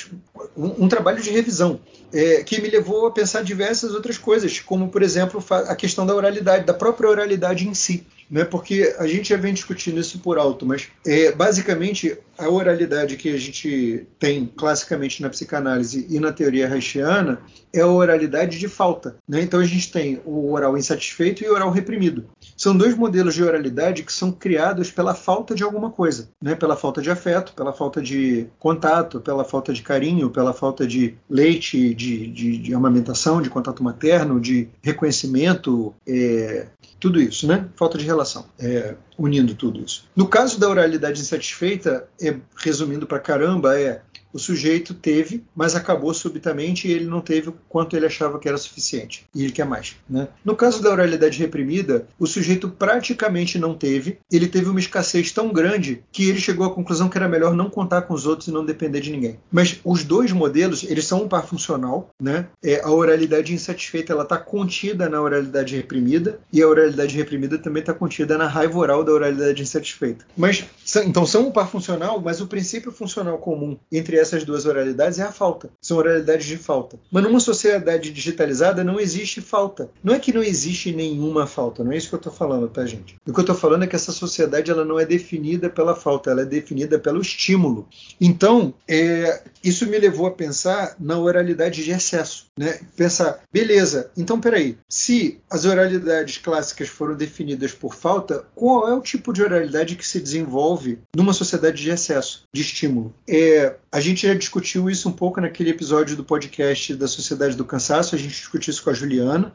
Um trabalho de revisão, que me levou a pensar diversas outras coisas, como, por exemplo, a questão da oralidade, da própria oralidade em si. Né? Porque a gente já vem discutindo isso por alto, mas basicamente a oralidade que a gente tem classicamente na psicanálise e na teoria reichiana é a oralidade de falta. Né? Então a gente tem o oral insatisfeito e o oral reprimido. São dois modelos de oralidade que são criados pela falta de alguma coisa, né? Pela falta de afeto, pela falta de contato, pela falta de carinho, pela falta de leite, de amamentação, de contato materno, de reconhecimento, tudo isso, né? Falta de relação, unindo tudo isso. No caso da oralidade insatisfeita, resumindo pra caramba, o sujeito teve, mas acabou subitamente e ele não teve o quanto ele achava que era suficiente. E ele quer mais. Né? No caso da oralidade reprimida, o sujeito praticamente não teve. Ele teve uma escassez tão grande que ele chegou à conclusão que era melhor não contar com os outros e não depender de ninguém. Mas os dois modelos, eles são um par funcional. Né? A oralidade insatisfeita está contida na oralidade reprimida e a oralidade reprimida também está contida na raiva oral da oralidade insatisfeita. Então são um par funcional, mas o princípio funcional comum entre essas duas oralidades é a falta. São oralidades de falta. Mas numa sociedade digitalizada não existe falta. Não é que não existe nenhuma falta. Não é isso que eu estou falando, tá, gente? O que eu estou falando é que essa sociedade ela não é definida pela falta. Ela é definida pelo estímulo. Então, isso me levou a pensar na oralidade de excesso. Né? Pensar, beleza, então peraí. Se as oralidades clássicas foram definidas por falta, qual é o tipo de oralidade que se desenvolve numa sociedade de excesso, de estímulo? A gente já discutiu isso um pouco naquele episódio do podcast da Sociedade do Cansaço, a gente discutiu isso com a Juliana,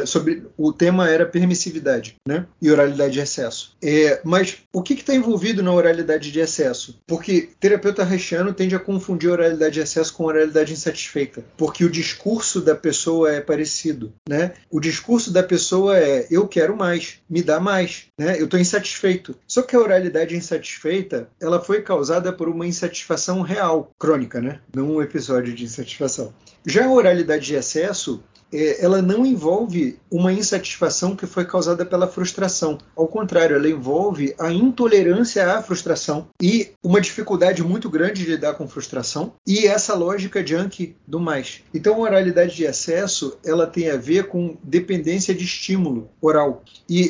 o tema era permissividade, né? E oralidade de excesso. Mas o que está envolvido na oralidade de excesso? Porque terapeuta reichiano tende a confundir oralidade de excesso com oralidade insatisfeita, porque o discurso da pessoa é parecido, né? O discurso da pessoa é, eu quero mais, me dá mais, né? Eu estou insatisfeito. Só que a oralidade insatisfeita, ela foi causada por uma insatisfação real, crônica, né? Não um episódio de insatisfação. Já a oralidade de excesso, ela não envolve uma insatisfação que foi causada pela frustração. Ao contrário, ela envolve a intolerância à frustração e uma dificuldade muito grande de lidar com frustração e essa lógica junkie do mais. Então, a oralidade de excesso, ela tem a ver com dependência de estímulo oral.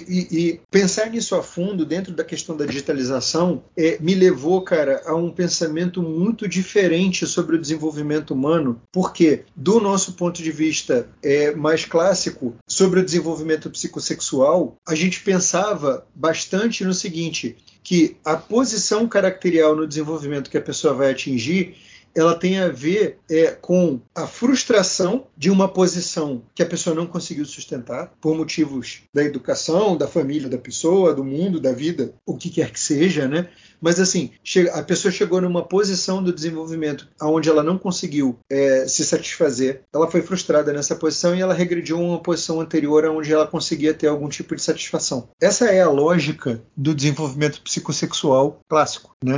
E pensar nisso a fundo, dentro da questão da digitalização, me levou, cara, a um pensamento muito diferente sobre o desenvolvimento humano, porque, do nosso ponto de vista mais clássico, sobre o desenvolvimento psicossexual, a gente pensava bastante no seguinte, que a posição caracterial no desenvolvimento que a pessoa vai atingir, ela tem a ver com a frustração de uma posição que a pessoa não conseguiu sustentar, por motivos da educação, da família da pessoa, do mundo, da vida, o que quer que seja, né? Mas assim, a pessoa chegou numa posição do desenvolvimento onde ela não conseguiu se satisfazer, ela foi frustrada nessa posição e ela regrediu a uma posição anterior onde ela conseguia ter algum tipo de satisfação. Essa é a lógica do desenvolvimento psicossexual clássico, né?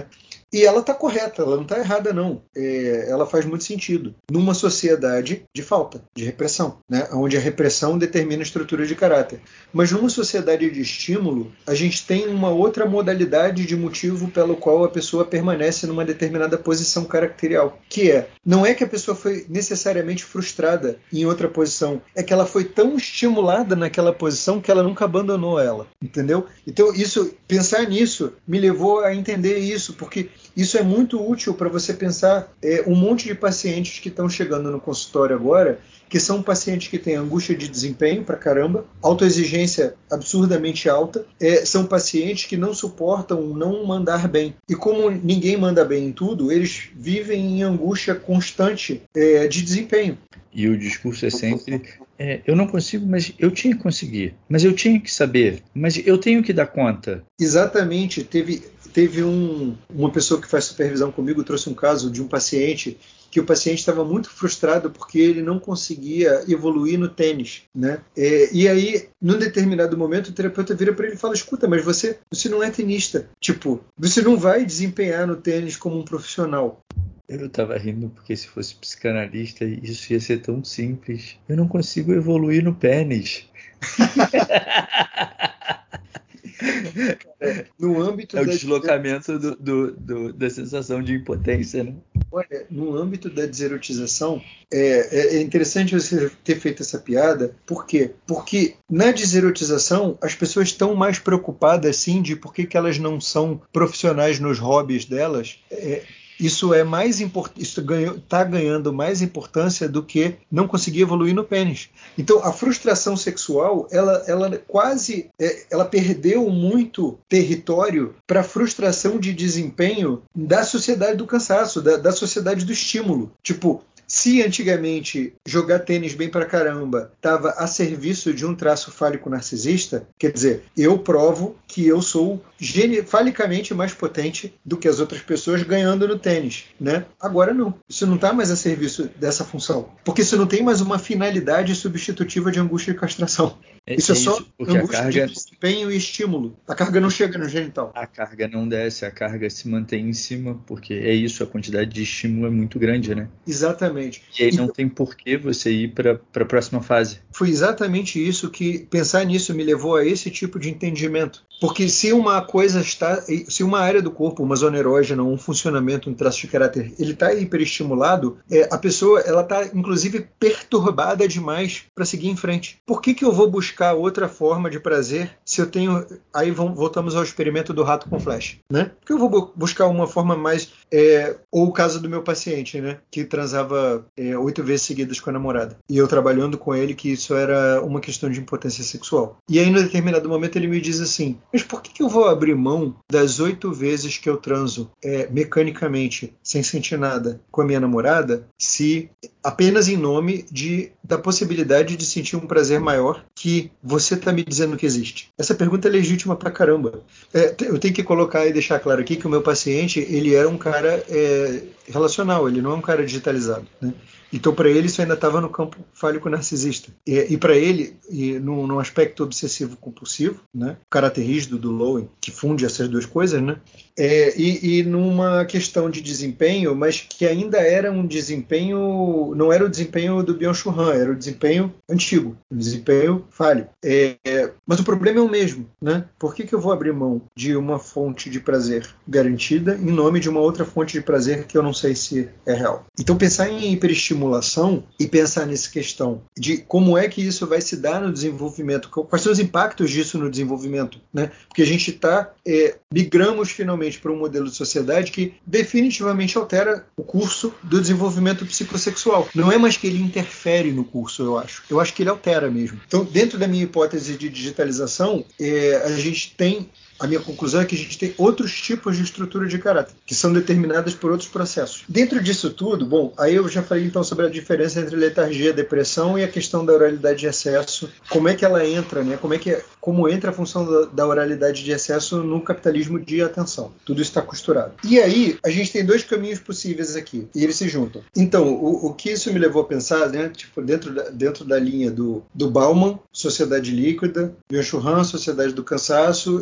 E ela está correta, ela não está errada, não. Ela faz muito sentido. Numa sociedade de falta, de repressão, né? Onde a repressão determina a estrutura de caráter. Mas numa sociedade de estímulo, a gente tem uma outra modalidade de motivo pelo qual a pessoa permanece numa determinada posição caracterial, que não é que a pessoa foi necessariamente frustrada em outra posição, é que ela foi tão estimulada naquela posição que ela nunca abandonou ela, entendeu? Então, pensar nisso me levou a entender isso, porque isso é muito útil para você pensar um monte de pacientes que estão chegando no consultório agora, que são pacientes que têm angústia de desempenho pra caramba, autoexigência absurdamente alta, são pacientes que não suportam não mandar bem. E como ninguém manda bem em tudo, eles vivem em angústia constante de desempenho. E o discurso é sempre, eu não consigo, mas eu tinha que conseguir, mas eu tinha que saber, mas eu tenho que dar conta. Exatamente. Teve uma pessoa que faz supervisão comigo, trouxe um caso de um paciente que o paciente estava muito frustrado porque ele não conseguia evoluir no tênis, né? E aí, num determinado momento, o terapeuta vira para ele e fala: escuta, mas você não é tenista. Tipo, você não vai desempenhar no tênis como um profissional. Eu estava rindo porque se fosse psicanalista isso ia ser tão simples. Eu não consigo evoluir no pênis. No âmbito o deslocamento da sensação de impotência, né? Olha, no âmbito da deserotização, é interessante você ter feito essa piada. Por quê? Porque na deserotização as pessoas estão mais preocupadas, sim, de por que elas não são profissionais nos hobbies delas. Isso é mais importante, isso está ganhando mais importância do que não conseguir evoluir no pênis. Então, a frustração sexual, ela quase, ela perdeu muito território para a frustração de desempenho da sociedade do cansaço, da sociedade do estímulo. Tipo, se antigamente jogar tênis bem pra caramba estava a serviço de um traço fálico narcisista, quer dizer, eu provo que eu sou falicamente mais potente do que as outras pessoas ganhando no tênis, né? Agora não. Isso não está mais a serviço dessa função. Porque isso não tem mais uma finalidade substitutiva de angústia e castração. Isso é só angústia de desempenho e estímulo. A carga não chega no genital. A carga não desce, a carga se mantém em cima, porque é isso, a quantidade de estímulo é muito grande, né? Exatamente. E aí não tem por que você ir para a próxima fase. Foi exatamente isso que pensar nisso me levou a esse tipo de entendimento. Porque se uma área do corpo, uma zona erógena, um funcionamento, um traço de caráter, ele está hiperestimulado, a pessoa ela está inclusive perturbada demais para seguir em frente. Por que eu vou buscar outra forma de prazer se eu tenho... Aí voltamos ao experimento do rato com flash, né? Por que eu vou buscar uma forma mais... Ou o caso do meu paciente, né? Que transava 8 vezes seguidas com a namorada. E eu trabalhando com ele que isso era uma questão de impotência sexual. E aí, em determinado momento, ele me diz assim: mas por que eu vou abrir mão das 8 vezes que eu transo mecanicamente, sem sentir nada, com a minha namorada, se apenas em nome da possibilidade de sentir um prazer maior que você está me dizendo que existe? Essa pergunta é legítima pra caramba. Eu tenho que colocar e deixar claro aqui que o meu paciente, ele era um cara relacional, ele não é um cara digitalizado, né? Então, para ele, isso ainda estava no campo fálico-narcisista. E para ele, num aspecto obsessivo-compulsivo, né? O caráter rígido do Lowen, que funde essas duas coisas, né? E numa questão de desempenho, mas que ainda era um desempenho... Não era o desempenho do Byung-Chul Han, era o desempenho antigo, o desempenho fálico. Mas o problema é o mesmo, né? Por que eu vou abrir mão de uma fonte de prazer garantida em nome de uma outra fonte de prazer que eu não sei se é real? Então, pensar em hiperestimulação e pensar nessa questão de como é que isso vai se dar no desenvolvimento, quais são os impactos disso no desenvolvimento, né? Porque a gente migramos finalmente para um modelo de sociedade que definitivamente altera o curso do desenvolvimento psicossexual. Não é mais que ele interfere no curso, eu acho. Eu acho que ele altera mesmo. Então, dentro da minha hipótese de digitalização, a minha conclusão é que a gente tem outros tipos de estrutura de caráter, que são determinadas por outros processos. Dentro disso tudo, bom, aí eu já falei então sobre a diferença entre letargia, depressão e a questão da oralidade de excesso. Como é que ela entra, né? Como entra a função da oralidade de excesso no capitalismo de atenção. Tudo isso está costurado. E aí, a gente tem 2 caminhos possíveis aqui, e eles se juntam. Então, o que isso me levou a pensar, né? Tipo, dentro da linha do Bauman, Sociedade Líquida, Byung-Chul Han, Sociedade do Cansaço, e aí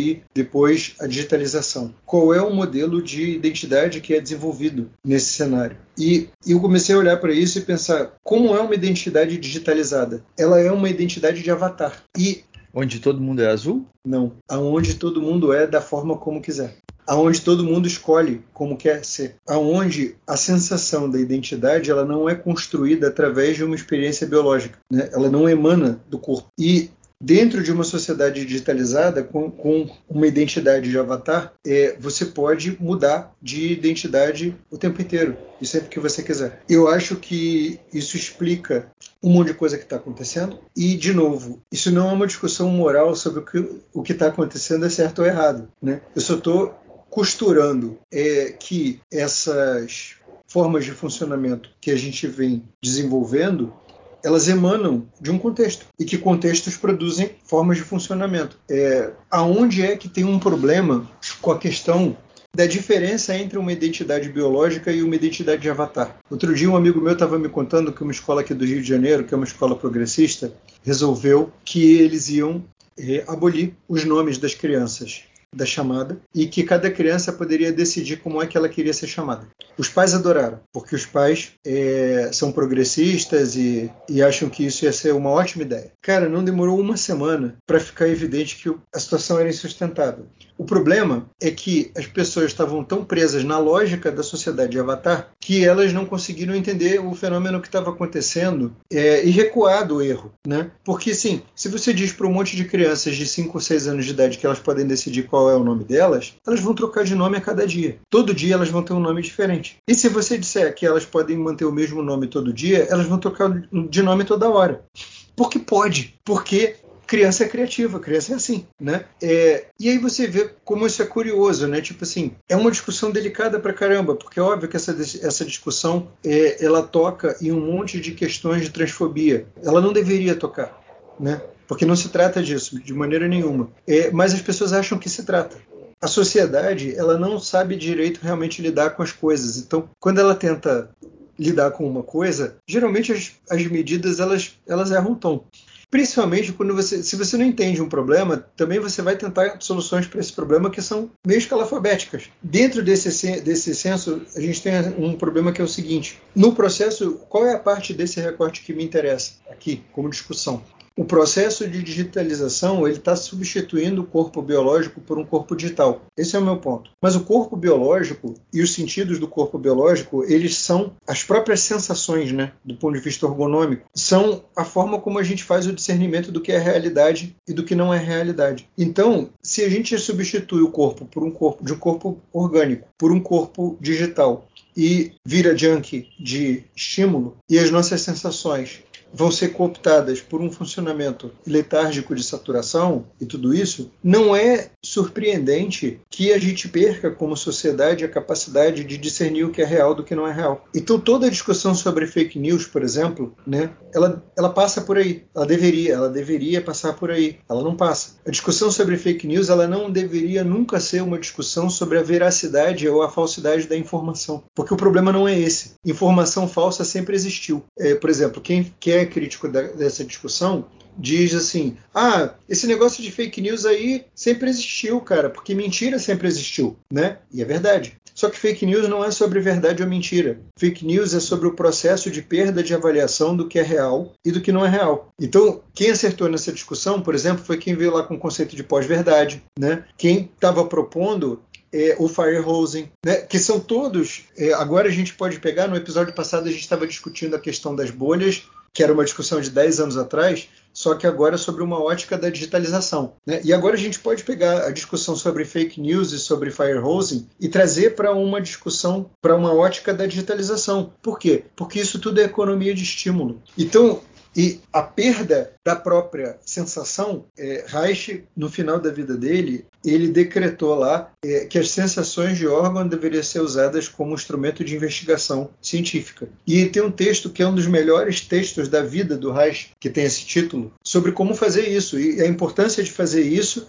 construir depois a digitalização. Qual é o modelo de identidade que é desenvolvido nesse cenário? E eu comecei a olhar para isso e pensar, como é uma identidade digitalizada? Ela é uma identidade de avatar. E onde todo mundo é azul? Não. Aonde todo mundo é da forma como quiser. Aonde todo mundo escolhe como quer ser. Aonde a sensação da identidade ela não é construída através de uma experiência biológica, né? Ela não emana do corpo. E dentro de uma sociedade digitalizada, com uma identidade de avatar, você pode mudar de identidade o tempo inteiro, e sempre que você quiser. Eu acho que isso explica um monte de coisa que está acontecendo. E, de novo, isso não é uma discussão moral sobre o que está acontecendo é certo ou errado, né? Eu só estou costurando que essas formas de funcionamento que a gente vem desenvolvendo, elas emanam de um contexto, e que contextos produzem formas de funcionamento. Aonde é que tem um problema com a questão da diferença entre uma identidade biológica e uma identidade de avatar? Outro dia um amigo meu estava me contando que uma escola aqui do Rio de Janeiro, que é uma escola progressista, resolveu que eles iam abolir os nomes das crianças da chamada, e que cada criança poderia decidir como é que ela queria ser chamada. Os pais adoraram, porque os pais são progressistas e acham que isso ia ser uma ótima ideia. Cara, não demorou uma semana para ficar evidente que a situação era insustentável. O problema é que as pessoas estavam tão presas na lógica da sociedade de avatar que elas não conseguiram entender o fenômeno que estava acontecendo e recuar do erro, né? Porque, sim, se você diz para um monte de crianças de 5 ou 6 anos de idade que elas podem decidir qual é o nome delas, elas vão trocar de nome a cada dia. Todo dia elas vão ter um nome diferente. E se você disser que elas podem manter o mesmo nome todo dia, elas vão trocar de nome toda hora. Porque pode. Porque criança é criativa, criança é assim, né? E aí você vê como isso é curioso, né? Tipo assim, é uma discussão delicada pra caramba, porque é óbvio que essa discussão ela toca em um monte de questões de transfobia. Ela não deveria tocar, né? Porque não se trata disso, de maneira nenhuma. Mas as pessoas acham que se trata. A sociedade, ela não sabe direito realmente lidar com as coisas. Então, quando ela tenta lidar com uma coisa, geralmente as medidas elas erram o tom. Principalmente quando se você não entende um problema, também você vai tentar soluções para esse problema que são meio escalafabéticas. Dentro desse senso, a gente tem um problema que é o seguinte: no processo, qual é a parte desse recorte que me interessa aqui, como discussão? O processo de digitalização ele está substituindo o corpo biológico por um corpo digital. Esse é o meu ponto. Mas o corpo biológico e os sentidos do corpo biológico, eles são as próprias sensações, né, do ponto de vista ergonômico. São a forma como a gente faz o discernimento do que é realidade e do que não é realidade. Então, se a gente substitui o corpo de um corpo orgânico por um corpo digital e vira junk de estímulo, e as nossas sensações vão ser cooptadas por um funcionamento letárgico de saturação e tudo isso, não é surpreendente que a gente perca como sociedade a capacidade de discernir o que é real do que não é real. Então toda a discussão sobre fake news, por exemplo, né, ela passa por aí. Ela deveria passar por aí. Ela não passa. A discussão sobre fake news ela não deveria nunca ser uma discussão sobre a veracidade ou a falsidade da informação. Porque o problema não é esse. Informação falsa sempre existiu. Por exemplo, quem é crítico dessa discussão diz assim: esse negócio de fake news aí sempre existiu, cara, porque mentira sempre existiu, né? E é verdade. Só que fake news não é sobre verdade ou mentira. Fake news é sobre o processo de perda de avaliação do que é real e do que não é real. Então, quem acertou nessa discussão, por exemplo, foi quem veio lá com o conceito de pós-verdade, né? Quem estava propondo o Firehosing, né? Que são todos... agora a gente pode pegar, no episódio passado a gente estava discutindo a questão das bolhas, que era uma discussão de 10 anos atrás, só que agora sobre uma ótica da digitalização, né? E agora a gente pode pegar a discussão sobre fake news e sobre firehosing e trazer para uma discussão, para uma ótica da digitalização. Por quê? Porque isso tudo é economia de estímulo. Então, e a perda da própria sensação, Reich, no final da vida dele, ele decretou lá que as sensações de órgão deveriam ser usadas como instrumento de investigação científica. E tem um texto que é um dos melhores textos da vida do Reich, que tem esse título, sobre como fazer isso. E a importância de fazer isso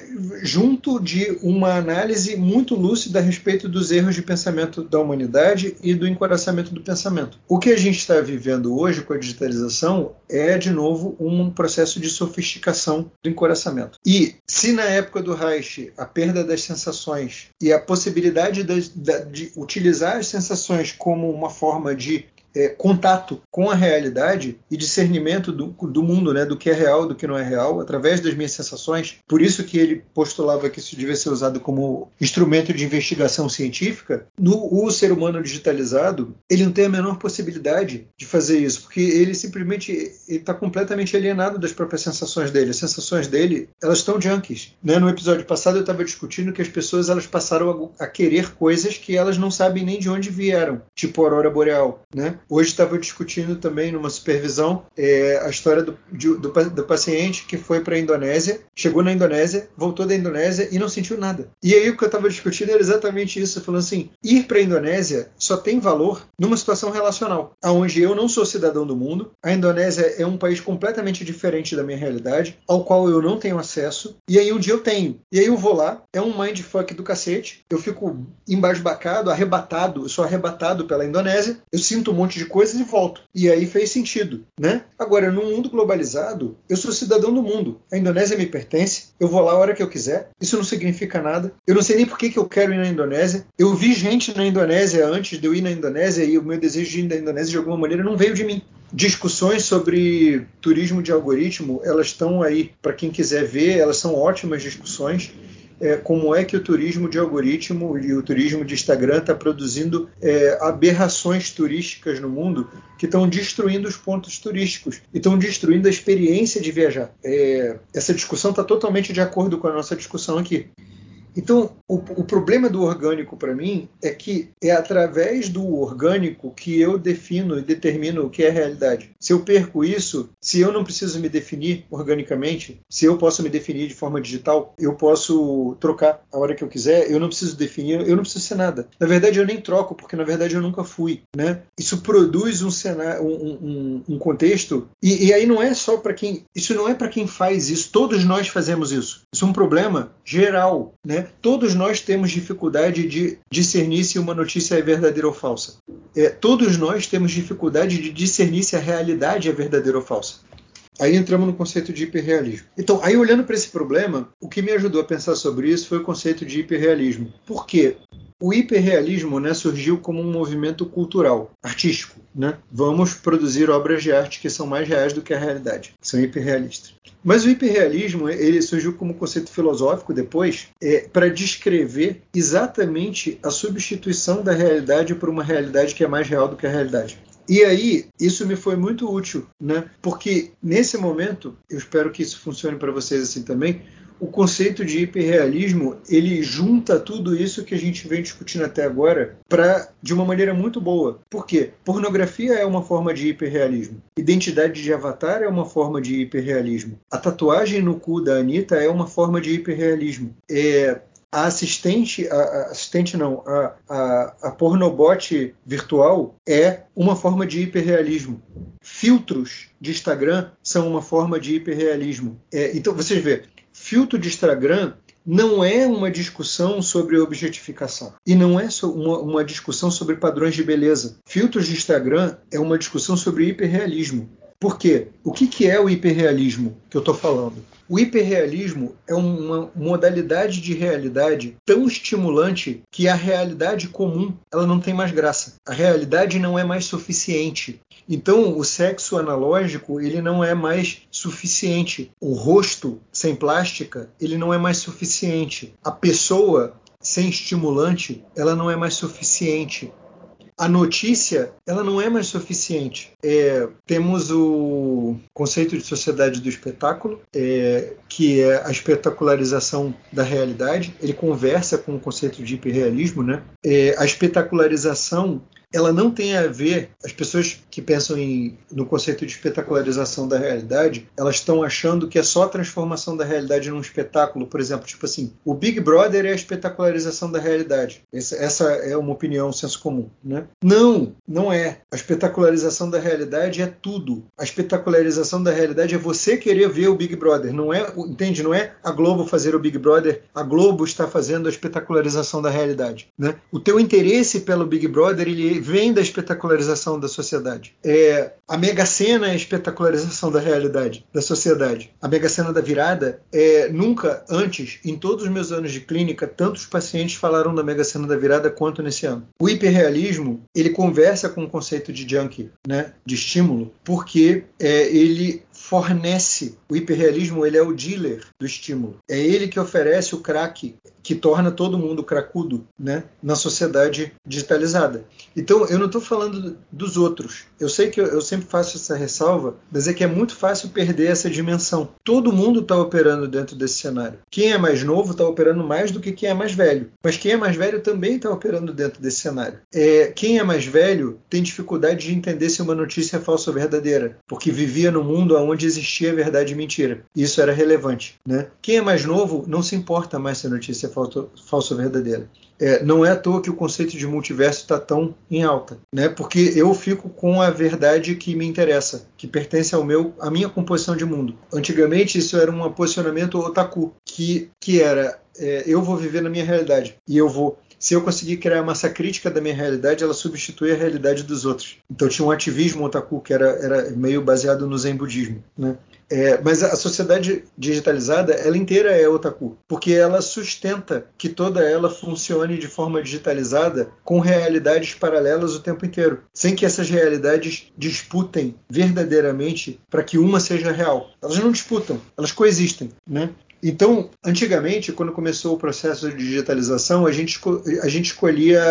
junto de uma análise muito lúcida a respeito dos erros de pensamento da humanidade e do encoraçamento do pensamento. O que a gente está vivendo hoje com a digitalização é, de novo, um como um processo de sofisticação do encoraçamento. E se na época do Reich a perda das sensações e a possibilidade de utilizar as sensações como uma forma de contato com a realidade e discernimento do mundo, né, do que é real, do que não é real, através das minhas sensações. Por isso que ele postulava que isso devia ser usado como instrumento de investigação científica. O ser humano digitalizado, ele não tem a menor possibilidade de fazer isso, porque ele simplesmente está completamente alienado das próprias sensações dele. As sensações dele, elas estão junkies, né? No episódio passado eu estava discutindo que as pessoas elas passaram a querer coisas que elas não sabem nem de onde vieram, tipo a aurora boreal, né? Hoje estava discutindo também numa supervisão a história do paciente que foi para a Indonésia, chegou na Indonésia, voltou da Indonésia e não sentiu nada. E aí o que eu estava discutindo era exatamente isso, falando assim, ir para a Indonésia só tem valor numa situação relacional, onde eu não sou cidadão do mundo, a Indonésia é um país completamente diferente da minha realidade, ao qual eu não tenho acesso, e aí um dia eu tenho. E aí eu vou lá, é um mindfuck do cacete, eu fico embasbacado, arrebatado, eu sou arrebatado pela Indonésia, eu sinto um monte de coisas e volto. E aí fez sentido, né? Agora, num mundo globalizado, eu sou cidadão do mundo. A Indonésia me pertence, eu vou lá a hora que eu quiser. Isso não significa nada. Eu não sei nem por que eu quero ir na Indonésia. Eu vi gente na Indonésia antes de eu ir na Indonésia e o meu desejo de ir na Indonésia de alguma maneira não veio de mim. Discussões sobre turismo de algoritmo, elas estão aí para quem quiser ver, elas são ótimas discussões. Como é que o turismo de algoritmo e o turismo de Instagram está produzindo aberrações turísticas no mundo que estão destruindo os pontos turísticos e estão destruindo a experiência de viajar. Essa discussão está totalmente de acordo com a nossa discussão aqui. Então, o problema do orgânico para mim é que é através do orgânico que eu defino e determino o que é realidade. Se eu perco isso, se eu não preciso me definir organicamente, se eu posso me definir de forma digital, eu posso trocar a hora que eu quiser, eu não preciso definir, eu não preciso ser nada. Na verdade, eu nem troco, porque na verdade eu nunca fui, né? Isso produz um cenário, um contexto, e aí não é só para quem... Isso não é para quem faz isso, todos nós fazemos isso. Isso é um problema geral, né? Todos nós temos dificuldade de discernir se uma notícia é verdadeira ou falsa. Todos nós temos dificuldade de discernir se a realidade é verdadeira ou falsa. Aí entramos no conceito de hiperrealismo. Então, aí olhando para esse problema, o que me ajudou a pensar sobre isso foi o conceito de hiperrealismo. Por quê? O hiperrealismo, né, surgiu como um movimento cultural, artístico, né? Vamos produzir obras de arte que são mais reais do que a realidade, que são hiperrealistas. Mas o hiperrealismo ele surgiu como conceito filosófico depois para descrever exatamente a substituição da realidade por uma realidade que é mais real do que a realidade. E aí, isso me foi muito útil, né? Porque nesse momento, eu espero que isso funcione para vocês assim também, o conceito de hiperrealismo, ele junta tudo isso que a gente vem discutindo até agora de uma maneira muito boa. Por quê? Pornografia é uma forma de hiperrealismo. Identidade de avatar é uma forma de hiperrealismo. A tatuagem no cu da Anitta é uma forma de hiperrealismo. A pornobot virtual é uma forma de hiperrealismo. Filtros de Instagram são uma forma de hiperrealismo. Então, vocês veem, filtro de Instagram não é uma discussão sobre objetificação e não é uma discussão sobre padrões de beleza. Filtros de Instagram é uma discussão sobre hiperrealismo. Por quê? O que é o hiperrealismo que eu estou falando? O hiperrealismo é uma modalidade de realidade tão estimulante que a realidade comum ela não tem mais graça. A realidade não é mais suficiente. Então, o sexo analógico ele não é mais suficiente. O rosto sem plástica ele não é mais suficiente. A pessoa sem estimulante ela não é mais suficiente. A notícia ela não é mais suficiente. Temos o conceito de sociedade do espetáculo, que é a espetacularização da realidade. Ele conversa com o conceito de hiperrealismo, né? A espetacularização ela não tem a ver, as pessoas que pensam no conceito de espetacularização da realidade, elas estão achando que é só a transformação da realidade num espetáculo. Por exemplo, tipo assim, o Big Brother é a espetacularização da realidade. Essa é uma opinião, um senso comum, né? Não é. A espetacularização da realidade é tudo. A espetacularização da realidade é você querer ver o Big Brother. Não é, entende? Não é a Globo fazer o Big Brother, a Globo está fazendo a espetacularização da realidade, né? O teu interesse pelo Big Brother, ele ele vem da espetacularização da sociedade. A Mega Sena é a espetacularização da realidade, da sociedade. A Mega Sena da virada, nunca antes, em todos os meus anos de clínica, tantos pacientes falaram da Mega Sena da virada quanto nesse ano. O hiperrealismo, ele conversa com o conceito de junkie, né, de estímulo, porque ele fornece, o hiperrealismo, ele é o dealer do estímulo. É ele que oferece o crack que torna todo mundo cracudo, né, na sociedade digitalizada. Então, eu não estou falando dos outros. Eu sei que eu sempre faço essa ressalva, mas é que é muito fácil perder essa dimensão. Todo mundo está operando dentro desse cenário. Quem é mais novo está operando mais do que quem é mais velho. Mas quem é mais velho também está operando dentro desse cenário. Quem é mais velho tem dificuldade de entender se uma notícia é falsa ou verdadeira, porque vivia num mundo onde existia verdade e mentira. Isso era relevante, né? Quem é mais novo não se importa mais se a notícia é falsa ou verdadeira. Não é à toa que o conceito de multiverso está tão em alta, né? Porque eu fico com a verdade que me interessa, que pertence à minha composição de mundo. Antigamente isso era um posicionamento otaku, que era eu vou viver na minha realidade e se eu conseguir criar massa crítica da minha realidade, ela substitui a realidade dos outros. Então tinha um ativismo otaku que era meio baseado no zen budismo, né? Mas a sociedade digitalizada, ela inteira é otaku, porque ela sustenta que toda ela funcione de forma digitalizada com realidades paralelas o tempo inteiro, sem que essas realidades disputem verdadeiramente para que uma seja real. Elas não disputam, elas coexistem, né? Então, antigamente, quando começou o processo de digitalização, a gente escolhia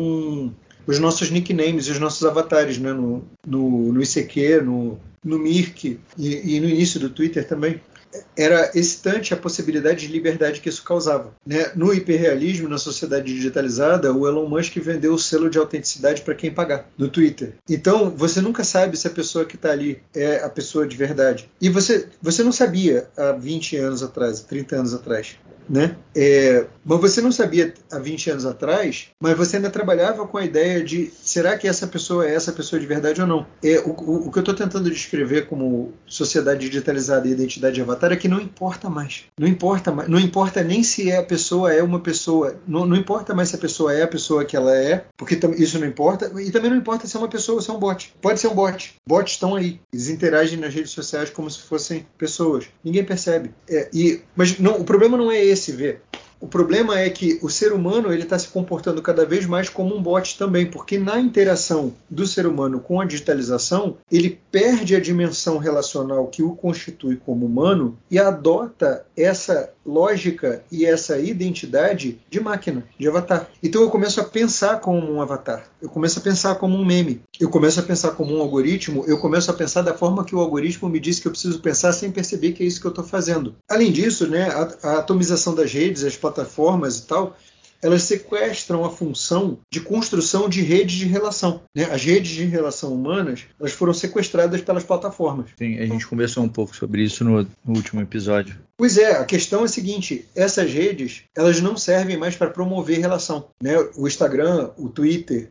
os nossos nicknames e os nossos avatares, né? no ICQ, no Mirk e no início do Twitter também. Era excitante a possibilidade de liberdade que isso causava, né? No hiperrealismo, na sociedade digitalizada, o Elon Musk vendeu o selo de autenticidade para quem pagar no Twitter. Então, você nunca sabe se a pessoa que está ali é a pessoa de verdade. E você não sabia há 20 anos atrás, 30 anos atrás, né? Mas você não sabia há 20 anos atrás, mas você ainda trabalhava com a ideia de será que essa pessoa é essa pessoa de verdade ou não? O que eu estou tentando descrever como sociedade digitalizada e identidade de avatar é que não importa mais. Não importa nem se a pessoa é uma pessoa. Não importa mais se a pessoa é a pessoa que ela é, porque isso não importa. E também não importa se é uma pessoa ou se é um bot. Pode ser um bot. Bots estão aí. Eles interagem nas redes sociais como se fossem pessoas. Ninguém percebe. Mas não, o problema não é esse, ver. O problema é que o ser humano está se comportando cada vez mais como um bot também, porque na interação do ser humano com a digitalização, ele perde a dimensão relacional que o constitui como humano e adota essa lógica e essa identidade de máquina, de avatar. Então eu começo a pensar como um avatar, eu começo a pensar como um meme, eu começo a pensar como um algoritmo, eu começo a pensar da forma que o algoritmo me diz que eu preciso pensar sem perceber que é isso que eu estou fazendo. Além disso, né, a atomização das redes, as plataformas e tal, elas sequestram a função de construção de redes de relação, né? As redes de relação humanas, elas foram sequestradas pelas plataformas. Sim, a gente conversou um pouco sobre isso no último episódio. Pois é, a questão é a seguinte, essas redes, elas não servem mais para promover relação, né? O Instagram, o Twitter,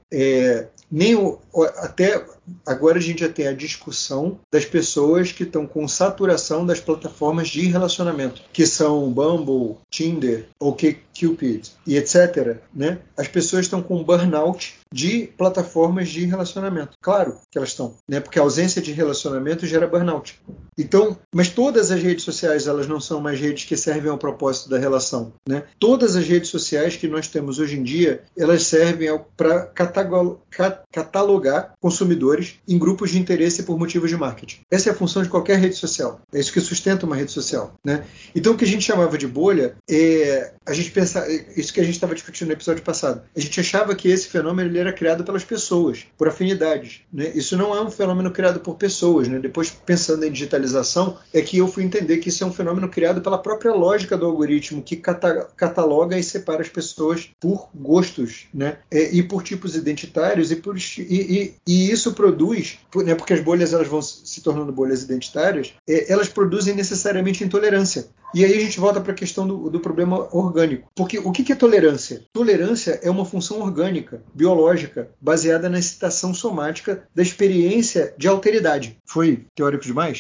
até agora a gente já tem a discussão das pessoas que estão com saturação das plataformas de relacionamento, que são Bumble, Tinder, OkCupid e etc. Né? As pessoas estão com burnout de plataformas de relacionamento. Claro que elas estão, né? Porque a ausência de relacionamento gera burnout. Então, mas todas as redes sociais, elas não são mais redes que servem ao propósito da relação, né? Todas as redes sociais que nós temos hoje em dia, elas servem para catalogar consumidores em grupos de interesse por motivos de marketing. Essa é a função de qualquer rede social. É isso que sustenta uma rede social, né? Então, o que a gente chamava de bolha a gente pensava, isso que a gente estava discutindo no episódio passado. A gente achava que esse fenômeno ele era criado pelas pessoas, por afinidades, né? Isso não é um fenômeno criado por pessoas, né? Depois, pensando em digitalização, é que eu fui entender que isso é um fenômeno criado pela própria lógica do algoritmo, que cataloga e separa as pessoas por gostos, né? E por tipos identitários, e isso produz, né? Porque as bolhas elas vão se tornando bolhas identitárias, elas produzem necessariamente intolerância. E aí a gente volta para a questão do problema orgânico. Porque o que é tolerância? Tolerância é uma função orgânica, biológica, baseada na excitação somática da experiência de alteridade. Foi teórico demais?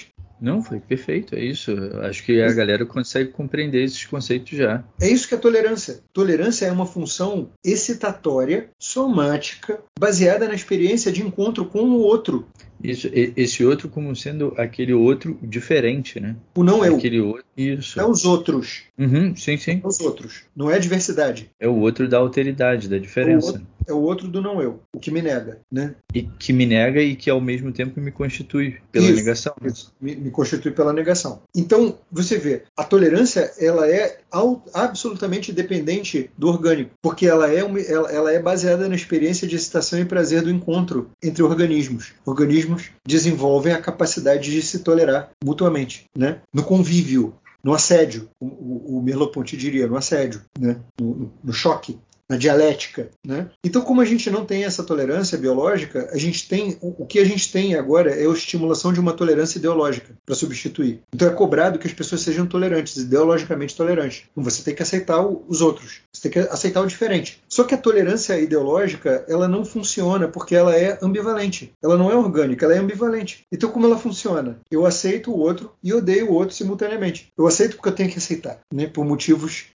Não, foi perfeito, é isso. Acho que a galera consegue compreender esses conceitos já. É isso que é tolerância. Tolerância é uma função excitatória, somática, baseada na experiência de encontro com o outro. Isso, esse outro como sendo aquele outro diferente, né? O não eu. Aquele outro, isso. É os outros. Uhum, sim, sim. É os outros. Não é a diversidade. É o outro da alteridade, da diferença. É o outro do não eu, o que me nega, né? E que me nega e que ao mesmo tempo me constitui pela negação. Né? Isso, me constitui pela negação. Então, você vê, a tolerância ela é absolutamente dependente do orgânico, porque ela é baseada na experiência de excitação e prazer do encontro entre organismos. Organismos desenvolvem a capacidade de se tolerar mutuamente, né? No convívio, no assédio, o Merleau-Ponty diria, no assédio, né? No choque, na dialética, né? Então, como a gente não tem essa tolerância biológica, o que a gente tem agora é a estimulação de uma tolerância ideológica para substituir. Então, é cobrado que as pessoas sejam tolerantes, ideologicamente tolerantes. Então, você tem que aceitar os outros, você tem que aceitar o diferente. Só que a tolerância ideológica, ela não funciona porque ela é ambivalente. Ela não é orgânica, ela é ambivalente. Então, como ela funciona? Eu aceito o outro e odeio o outro simultaneamente. Eu aceito porque eu tenho que aceitar, né? Por motivos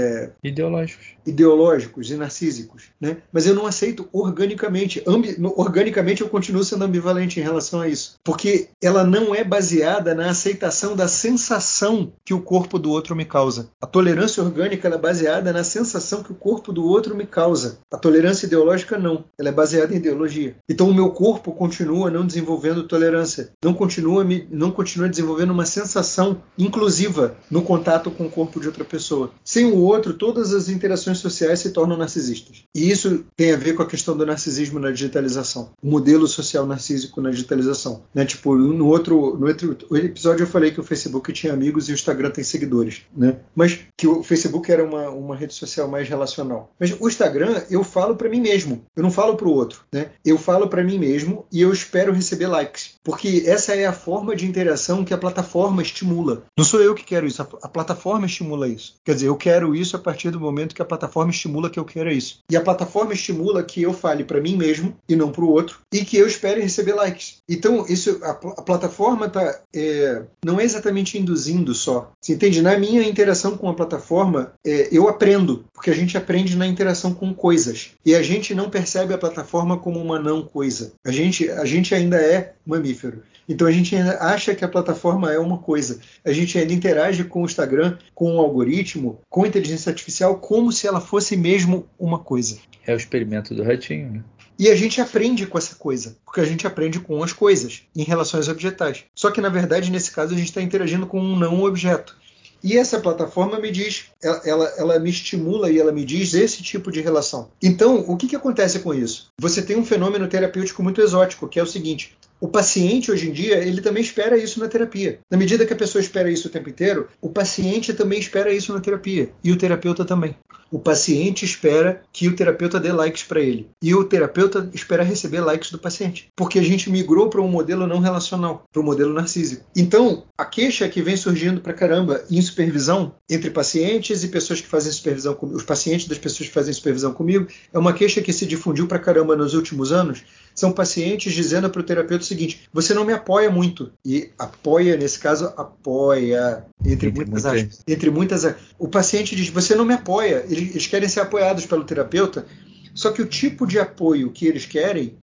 ideológicos e narcísicos, né? Mas eu não aceito organicamente. Organicamente eu continuo sendo ambivalente em relação a isso, porque ela não é baseada na aceitação da sensação que o corpo do outro me causa. A tolerância orgânica ela é baseada na sensação que o corpo do outro me causa. A tolerância ideológica não. Ela é baseada em ideologia. Então o meu corpo continua não desenvolvendo tolerância, não continua desenvolvendo uma sensação inclusiva no contato com o corpo de outra pessoa. Sem o outro, todas as interações sociais se tornam narcisistas. E isso tem a ver com a questão do narcisismo na digitalização. O modelo social narcísico na digitalização. Né? Tipo, no outro episódio eu falei que o Facebook tinha amigos e o Instagram tem seguidores. Né? Mas que o Facebook era uma rede social mais relacional. Mas o Instagram eu falo para mim mesmo. Eu não falo para o outro. Né? Eu falo para mim mesmo e eu espero receber likes. Porque essa é a forma de interação que a plataforma estimula. Não sou eu que quero isso. A plataforma estimula isso. Quer dizer, eu quero isso a partir do momento que a plataforma estimula que eu queira isso. E a plataforma estimula que eu fale para mim mesmo e não para o outro e que eu espere receber likes. Então, a plataforma não é exatamente induzindo só. Você entende? Na minha interação com a plataforma, eu aprendo, porque a gente aprende na interação com coisas. E a gente não percebe a plataforma como uma não coisa. A gente ainda é mamífero. Então a gente ainda acha que a plataforma é uma coisa. A gente ainda interage com o Instagram, com o algoritmo, com a inteligência artificial, como se ela fosse mesmo uma coisa. É o experimento do ratinho, né? E a gente aprende com essa coisa, porque a gente aprende com as coisas, em relações objetais. Só que, na verdade, nesse caso, a gente está interagindo com um não objeto. E essa plataforma me diz, ela me estimula e ela me diz esse tipo de relação. Então, o que acontece com isso? Você tem um fenômeno terapêutico muito exótico, que é o seguinte: o paciente, hoje em dia, ele também espera isso na terapia. Na medida que a pessoa espera isso o tempo inteiro, o paciente também espera isso na terapia. E o terapeuta também. O paciente espera que o terapeuta dê likes para ele. E o terapeuta espera receber likes do paciente. Porque a gente migrou para um modelo não relacional, para um modelo narcísico. Então, a queixa que vem surgindo pra caramba em supervisão entre pacientes e pessoas que fazem supervisão comigo, os pacientes das pessoas que fazem supervisão comigo, é uma queixa que se difundiu pra caramba nos últimos anos. São pacientes dizendo para o terapeuta o seguinte: você não me apoia muito. E apoia, nesse caso, apoia, entre muitas. O paciente diz: você não me apoia. Eles querem ser apoiados pelo terapeuta, só que o tipo de apoio que eles querem,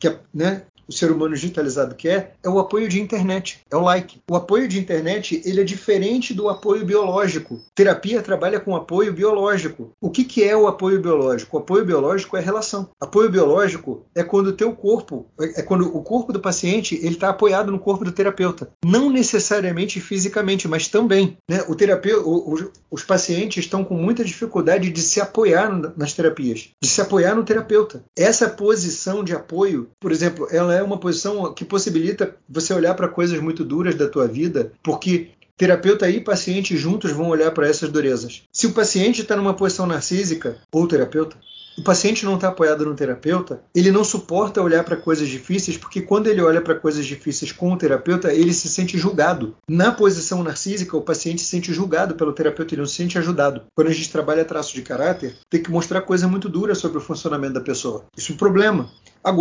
o ser humano digitalizado quer, é o apoio de internet, é o like. O apoio de internet, ele é diferente do apoio biológico. Terapia trabalha com apoio biológico. O que é o apoio biológico? O apoio biológico é relação. Apoio biológico é quando o corpo do paciente ele está apoiado no corpo do terapeuta. Não necessariamente fisicamente, mas também. Né? Os pacientes estão com muita dificuldade de se apoiar nas terapias, de se apoiar no terapeuta. Essa posição de apoio, por exemplo, ela é uma posição que possibilita você olhar para coisas muito duras da tua vida, porque terapeuta e paciente juntos vão olhar para essas durezas. Se o paciente está numa posição narcísica, ou o terapeuta, o paciente não está apoiado no terapeuta, ele não suporta olhar para coisas difíceis, porque quando ele olha para coisas difíceis com o terapeuta, ele se sente julgado. Na posição narcísica, o paciente se sente julgado pelo terapeuta, ele não se sente ajudado. Quando a gente trabalha traço de caráter, tem que mostrar coisa muito dura sobre o funcionamento da pessoa. Isso é um problema. Agora,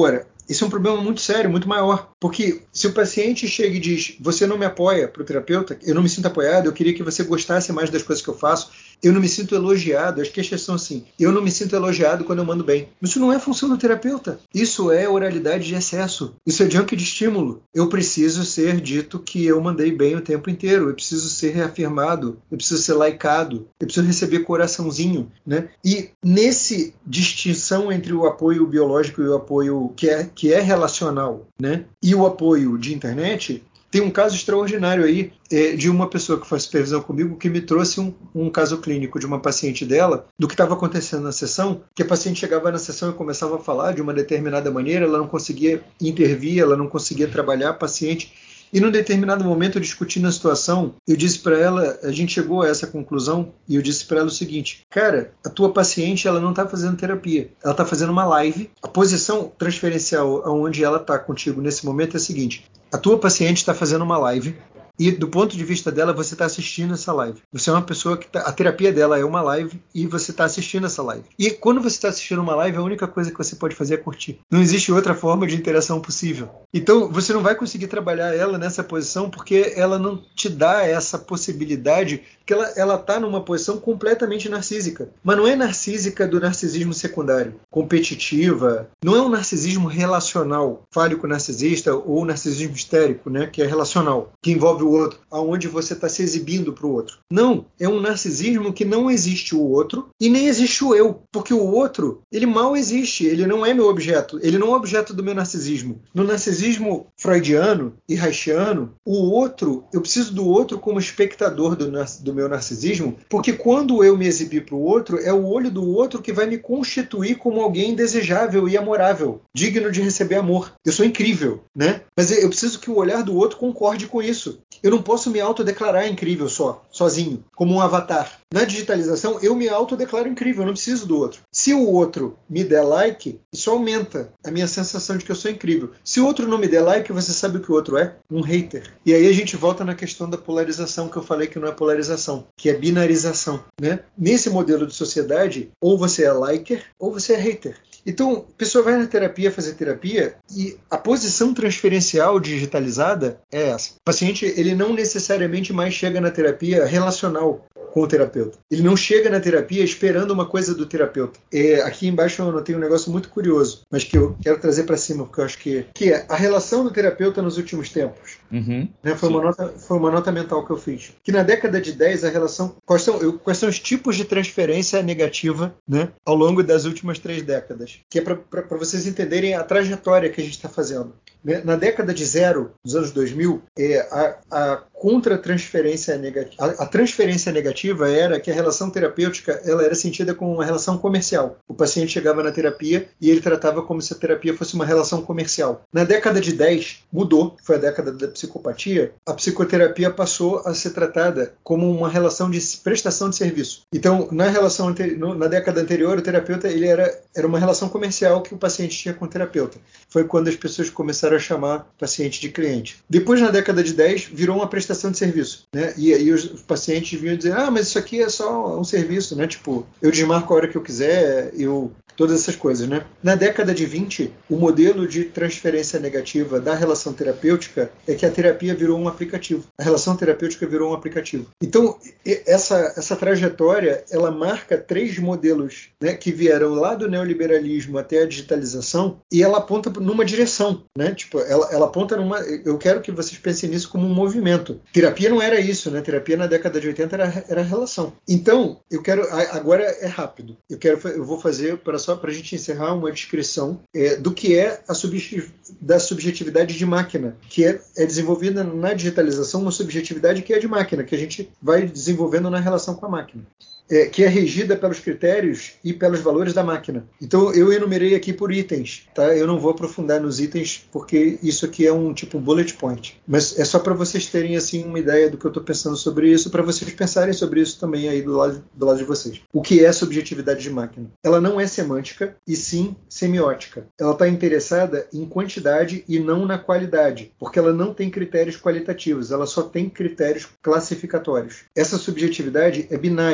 Isso é um problema muito sério, muito maior. Porque se o paciente chega e diz, você não me apoia para o terapeuta, eu não me sinto apoiado, eu queria que você gostasse mais das coisas que eu faço, eu não me sinto elogiado, as queixas são assim, eu não me sinto elogiado quando eu mando bem. Isso não é função do terapeuta. Isso é oralidade de excesso. Isso é junk de estímulo. Eu preciso ser dito que eu mandei bem o tempo inteiro, eu preciso ser reafirmado, eu preciso ser laicado, eu preciso receber coraçãozinho, né? E nesse distinção entre o apoio biológico e o apoio que é relacional, né? E o apoio de internet, tem um caso extraordinário aí de uma pessoa que faz supervisão comigo que me trouxe um caso clínico de uma paciente dela, do que estava acontecendo na sessão, que a paciente chegava na sessão e começava a falar de uma determinada maneira, ela não conseguia intervir, ela não conseguia trabalhar a paciente. E num determinado momento, discutindo a situação, eu disse para ela, a gente chegou a essa conclusão, e eu disse para ela o seguinte, cara, a tua paciente ela não está fazendo terapia, ela está fazendo uma live. A posição transferencial aonde ela está contigo nesse momento é a seguinte, a tua paciente está fazendo uma live, e do ponto de vista dela, você está assistindo essa live. Você é uma pessoa que a terapia dela é uma live e você está assistindo essa live. E quando você está assistindo uma live, a única coisa que você pode fazer é curtir. Não existe outra forma de interação possível. Então, você não vai conseguir trabalhar ela nessa posição porque ela não te dá essa possibilidade, que ela está numa posição completamente narcísica. Mas não é narcísica do narcisismo secundário, competitiva. Não é um narcisismo relacional, fálico narcisista ou narcisismo histérico, né, que é relacional, que envolve o outro, aonde você está se exibindo para o outro. Não, é um narcisismo que não existe o outro e nem existe o eu, porque o outro, ele mal existe, ele não é meu objeto, ele não é objeto do meu narcisismo. No narcisismo freudiano e reichiano, o outro, eu preciso do outro como espectador do meu narcisismo, porque quando eu me exibir para o outro, é o olho do outro que vai me constituir como alguém desejável e amorável, digno de receber amor. Eu sou incrível, né? Mas eu preciso que o olhar do outro concorde com isso. Eu não posso me autodeclarar incrível sozinho, como um avatar. Na digitalização, eu me autodeclaro incrível, eu não preciso do outro. Se o outro me der like, isso aumenta a minha sensação de que eu sou incrível. Se o outro não me der like, você sabe o que o outro é? Um hater. E aí a gente volta na questão da polarização, que eu falei que não é polarização, que é binarização, né? Nesse modelo de sociedade, ou você é liker, ou você é hater. Então, a pessoa vai na terapia fazer terapia e a posição transferencial digitalizada é essa. O paciente, ele não necessariamente mais chega na terapia relacional com o terapeuta. Ele não chega na terapia esperando uma coisa do terapeuta. Aqui embaixo eu anotei um negócio muito curioso, mas que eu quero trazer para cima, porque eu acho que é a relação do terapeuta nos últimos tempos. Uhum. Né? Foi uma nota mental que eu fiz. Que na década de 10, a relação... Quais são os tipos de transferência negativa, né, ao longo das últimas 3 décadas? Que é para vocês entenderem a trajetória que a gente está fazendo. Na década de 0, dos anos 2000, a contra-transferência negativa, a transferência negativa era que a relação terapêutica ela era sentida como uma relação comercial. O paciente chegava na terapia e ele tratava como se a terapia fosse uma relação comercial. Na década de 10, mudou, foi a década da psicopatia, a psicoterapia passou a ser tratada como uma relação de prestação de serviço. Então, na década anterior, o terapeuta ele era uma relação comercial que o paciente tinha com o terapeuta. Foi quando as pessoas começaram a chamar o paciente de cliente. Depois, na década de 10, virou uma prestação de serviço, né? E aí os pacientes vinham dizer, mas isso aqui é só um serviço, né? Tipo, eu desmarco a hora que eu quiser, todas essas coisas, né? Na década de 20, o modelo de transferência negativa da relação terapêutica é que a terapia virou um aplicativo. A relação terapêutica virou um aplicativo. Então, essa trajetória, ela marca 3 modelos, né, que vieram lá do neoliberalismo até a digitalização, e ela aponta numa direção, né? Tipo, ela aponta numa... Eu quero que vocês pensem nisso como um movimento. Terapia não era isso, né? Terapia na década de 80 era relação. Então, eu quero... Agora é rápido. Eu vou fazer, só para a gente encerrar, uma descrição do que é da subjetividade de máquina, que é desenvolvida na digitalização, uma subjetividade que é de máquina, que a gente vai desenvolvendo na relação com a máquina. Que é regida pelos critérios e pelos valores da máquina. Então, eu enumerei aqui por itens, tá? Eu não vou aprofundar nos itens, porque isso aqui é um tipo bullet point. Mas é só para vocês terem assim, uma ideia do que eu estou pensando sobre isso, para vocês pensarem sobre isso também aí do lado de vocês. O que é subjetividade de máquina? Ela não é semântica, e sim semiótica. Ela está interessada em quantidade e não na qualidade, porque ela não tem critérios qualitativos, ela só tem critérios classificatórios. Essa subjetividade é binária. Ela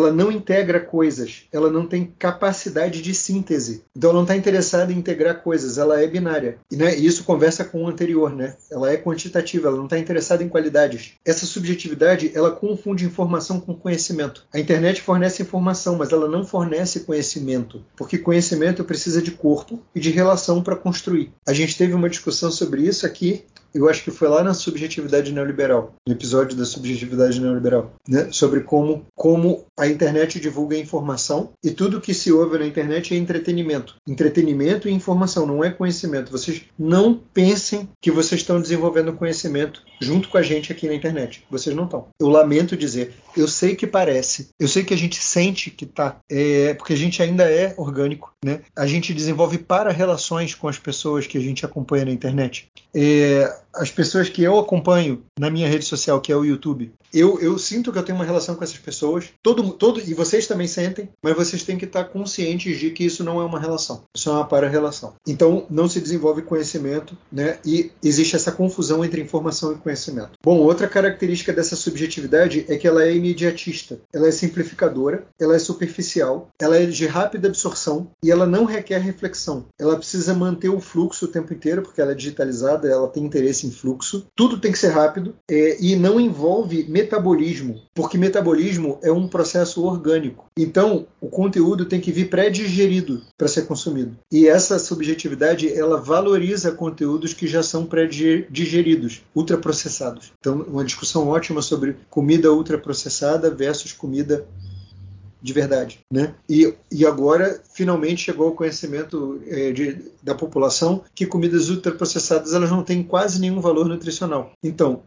ela não integra coisas, ela não tem capacidade de síntese. Então ela não está interessada em integrar coisas, ela é binária. E, né, isso conversa com o anterior, né? Ela é quantitativa, ela não está interessada em qualidades. Essa subjetividade, ela confunde informação com conhecimento. A internet fornece informação, mas ela não fornece conhecimento, porque conhecimento precisa de corpo e de relação para construir. A gente teve uma discussão sobre isso aqui, eu acho que foi lá na subjetividade neoliberal, no episódio da subjetividade neoliberal, né? Sobre como a internet divulga informação e tudo que se ouve na internet é entretenimento. Entretenimento e informação, não é conhecimento. Vocês não pensem que vocês estão desenvolvendo conhecimento junto com a gente aqui na internet. Vocês não estão. Eu lamento dizer, eu sei que parece, eu sei que a gente sente que está, porque a gente ainda é orgânico, né? A gente desenvolve para-relações com as pessoas que a gente acompanha na internet. As pessoas que eu acompanho na minha rede social, que é o YouTube, eu sinto que eu tenho uma relação com essas pessoas, e vocês também sentem, mas vocês têm que estar conscientes de que isso não é uma relação, isso é uma para-relação. Então, não se desenvolve conhecimento, né? E existe essa confusão entre informação e conhecimento. Bom, outra característica dessa subjetividade é que ela é imediatista, ela é simplificadora, ela é superficial, ela é de rápida absorção e ela não requer reflexão. Ela precisa manter o fluxo o tempo inteiro, porque ela é digitalizada, ela tem interesse em fluxo, tudo tem que ser rápido e não envolve metabolismo, porque metabolismo é um processo orgânico. Então, o conteúdo tem que vir pré-digerido para ser consumido. E essa subjetividade, ela valoriza conteúdos que já são pré-digeridos, ultraprocessados. Então, uma discussão ótima sobre comida ultraprocessada versus comida de verdade, né? E agora, finalmente, chegou ao conhecimento da população que comidas ultraprocessadas elas não têm quase nenhum valor nutricional. Então,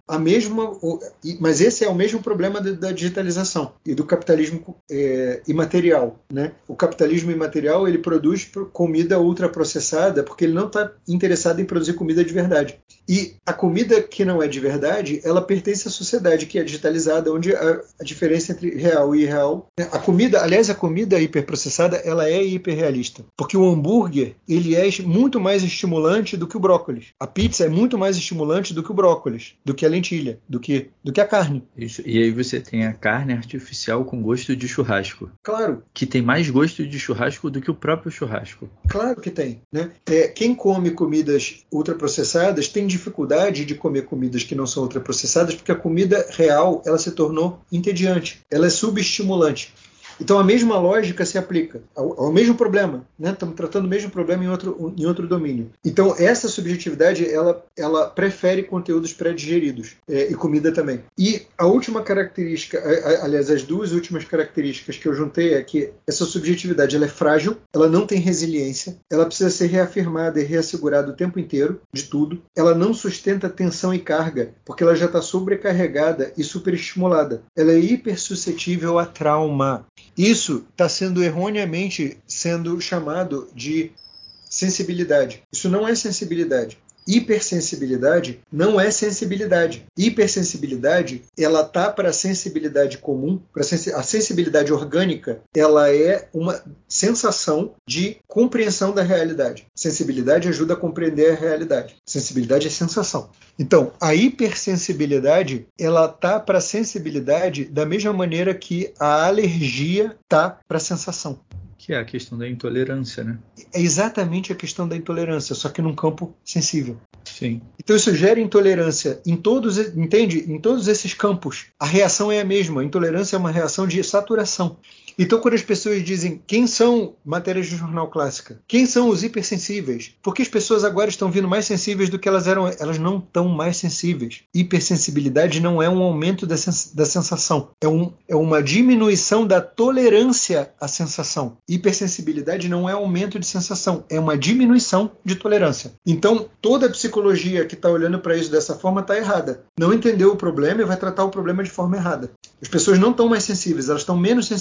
mas esse é o mesmo problema da digitalização e do capitalismo imaterial, né? O capitalismo imaterial, ele produz comida ultraprocessada porque ele não está interessado em produzir comida de verdade. E a comida que não é de verdade, ela pertence à sociedade que é digitalizada, onde a diferença entre real e irreal... A comida hiperprocessada, ela é hiperrealista. Porque o hambúrguer, ele é muito mais estimulante do que o brócolis. A pizza é muito mais estimulante do que o brócolis, do que a lentilha, do que a carne. Isso. E aí você tem a carne artificial com gosto de churrasco. Claro. Que tem mais gosto de churrasco do que o próprio churrasco. Claro que tem, né? Quem come comidas ultraprocessadas tem dificuldade de comer comidas que não são ultraprocessadas porque a comida real, ela se tornou entediante. Ela é subestimulante. Então a mesma lógica se aplica ao mesmo problema, né? Estamos tratando o mesmo problema em outro domínio. Então essa subjetividade ela prefere conteúdos pré-digeridos e comida também. E a última característica, aliás, as duas últimas características que eu juntei é que essa subjetividade ela é frágil, ela não tem resiliência, ela precisa ser reafirmada e reassegurada o tempo inteiro de tudo, ela não sustenta tensão e carga, porque ela já está sobrecarregada e superestimulada. Ela é hipersuscetível a trauma. Isso está sendo erroneamente chamado de sensibilidade. Isso não é sensibilidade. Hipersensibilidade não é sensibilidade. Hipersensibilidade, ela tá para a sensibilidade comum, a sensibilidade orgânica, ela é uma sensação de compreensão da realidade. Sensibilidade ajuda a compreender a realidade. Sensibilidade é sensação. Então, a hipersensibilidade, ela tá para a sensibilidade da mesma maneira que a alergia tá para a sensação. Que é a questão da intolerância, né? É exatamente a questão da intolerância, só que num campo sensível. Sim. Então isso gera intolerância em todos, entende? Em todos esses campos. A reação é a mesma. A intolerância é uma reação de saturação. Então quando as pessoas dizem quem são matérias de jornal clássica, quem são os hipersensíveis, por que as pessoas agora estão vindo mais sensíveis do que elas eram? Elas não estão mais sensíveis. Hipersensibilidade não é um aumento da sensação, é uma diminuição da tolerância à sensação. Hipersensibilidade não é aumento de sensação, é uma diminuição de tolerância. Então toda a psicologia que está olhando para isso dessa forma está errada. Não entendeu o problema e vai tratar o problema de forma errada. As pessoas não estão mais sensíveis, elas estão menos sensíveis.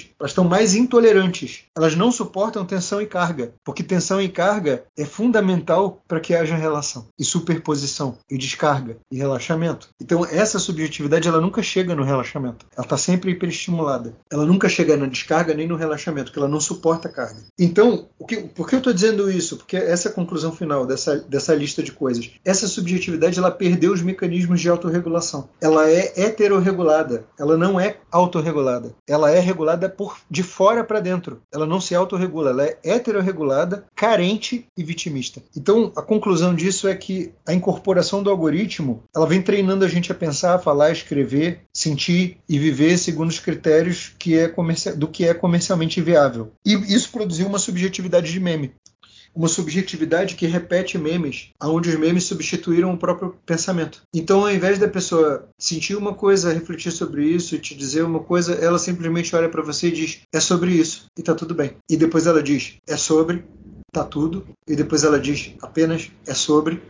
elas estão mais intolerantes. Elas não suportam tensão e carga, porque tensão e carga é fundamental para que haja relação, e superposição, e descarga, e relaxamento. Então essa subjetividade ela nunca chega no relaxamento. Ela está sempre hiperestimulada. Ela nunca chega na descarga nem no relaxamento, porque ela não suporta carga. Então, por que eu estou dizendo isso? Porque essa é a conclusão final dessa lista de coisas. Essa subjetividade ela perdeu os mecanismos de autorregulação. Ela é heterorregulada. Ela não é autorregulada. Ela é regulada de fora para dentro. Ela não se autorregula. Ela é heterorregulada, carente e vitimista. Então, a conclusão disso é que a incorporação do algoritmo ela vem treinando a gente a pensar, a falar, escrever, sentir e viver segundo os critérios do que é comercialmente viável. E isso produziu uma subjetividade de meme. Uma subjetividade que repete memes, onde os memes substituíram o próprio pensamento. Então, ao invés da pessoa sentir uma coisa, refletir sobre isso e te dizer uma coisa, ela simplesmente olha para você e diz, é sobre isso, e tá tudo bem. E depois ela diz, é sobre, tá tudo. E depois ela diz, apenas, é sobre.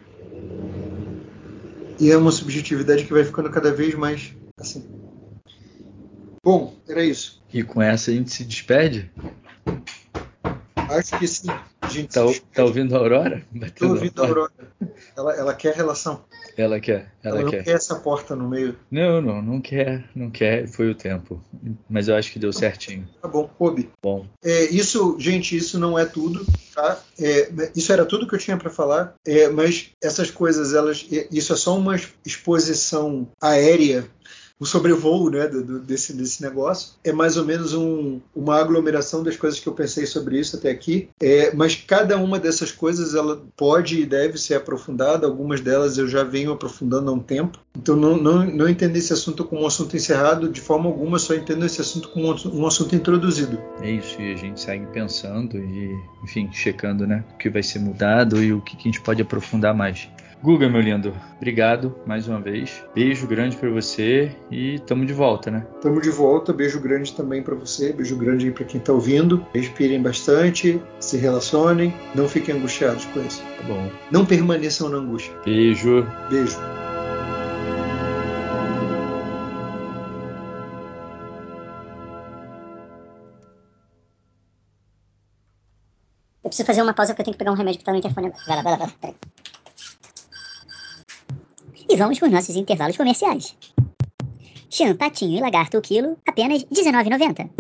E é uma subjetividade que vai ficando cada vez mais assim. Bom, era isso. E com essa a gente se despede? Acho que sim. Tá ouvindo a Aurora? Estou ouvindo a Aurora. Ela quer relação. Ela quer. Ela não quer essa porta no meio. Não quer. Foi o tempo. Mas eu acho que deu certinho. Tá bom, coube. Bom. Isso não é tudo, tá? Isso era tudo que eu tinha para falar. Mas essas coisas, isso é só uma exposição aérea. O sobrevoo, né, desse negócio é mais ou menos uma aglomeração das coisas que eu pensei sobre isso até aqui, mas cada uma dessas coisas ela pode e deve ser aprofundada. Algumas delas eu já venho aprofundando há um tempo, então não entendo esse assunto como um assunto encerrado de forma alguma, só entendo esse assunto como um assunto introduzido. É isso, e a gente segue pensando e, enfim, checando, né, o que vai ser mudado e o que a gente pode aprofundar mais. Guga, meu lindo, obrigado mais uma vez. Beijo grande para você e tamo de volta, né? Tamo de volta, beijo grande também para você, beijo grande aí para quem tá ouvindo. Respirem bastante, se relacionem, não fiquem angustiados com isso. Tá bom. Não permaneçam na angústia. Beijo. Beijo. Eu preciso fazer uma pausa porque eu tenho que pegar um remédio que tá no interfone. Vai lá, peraí. E vamos com os nossos intervalos comerciais. Chã, patinho e lagarto o quilo, apenas R$19,90.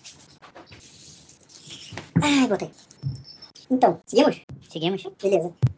Ai, botei. Então, seguimos? Seguimos. Beleza.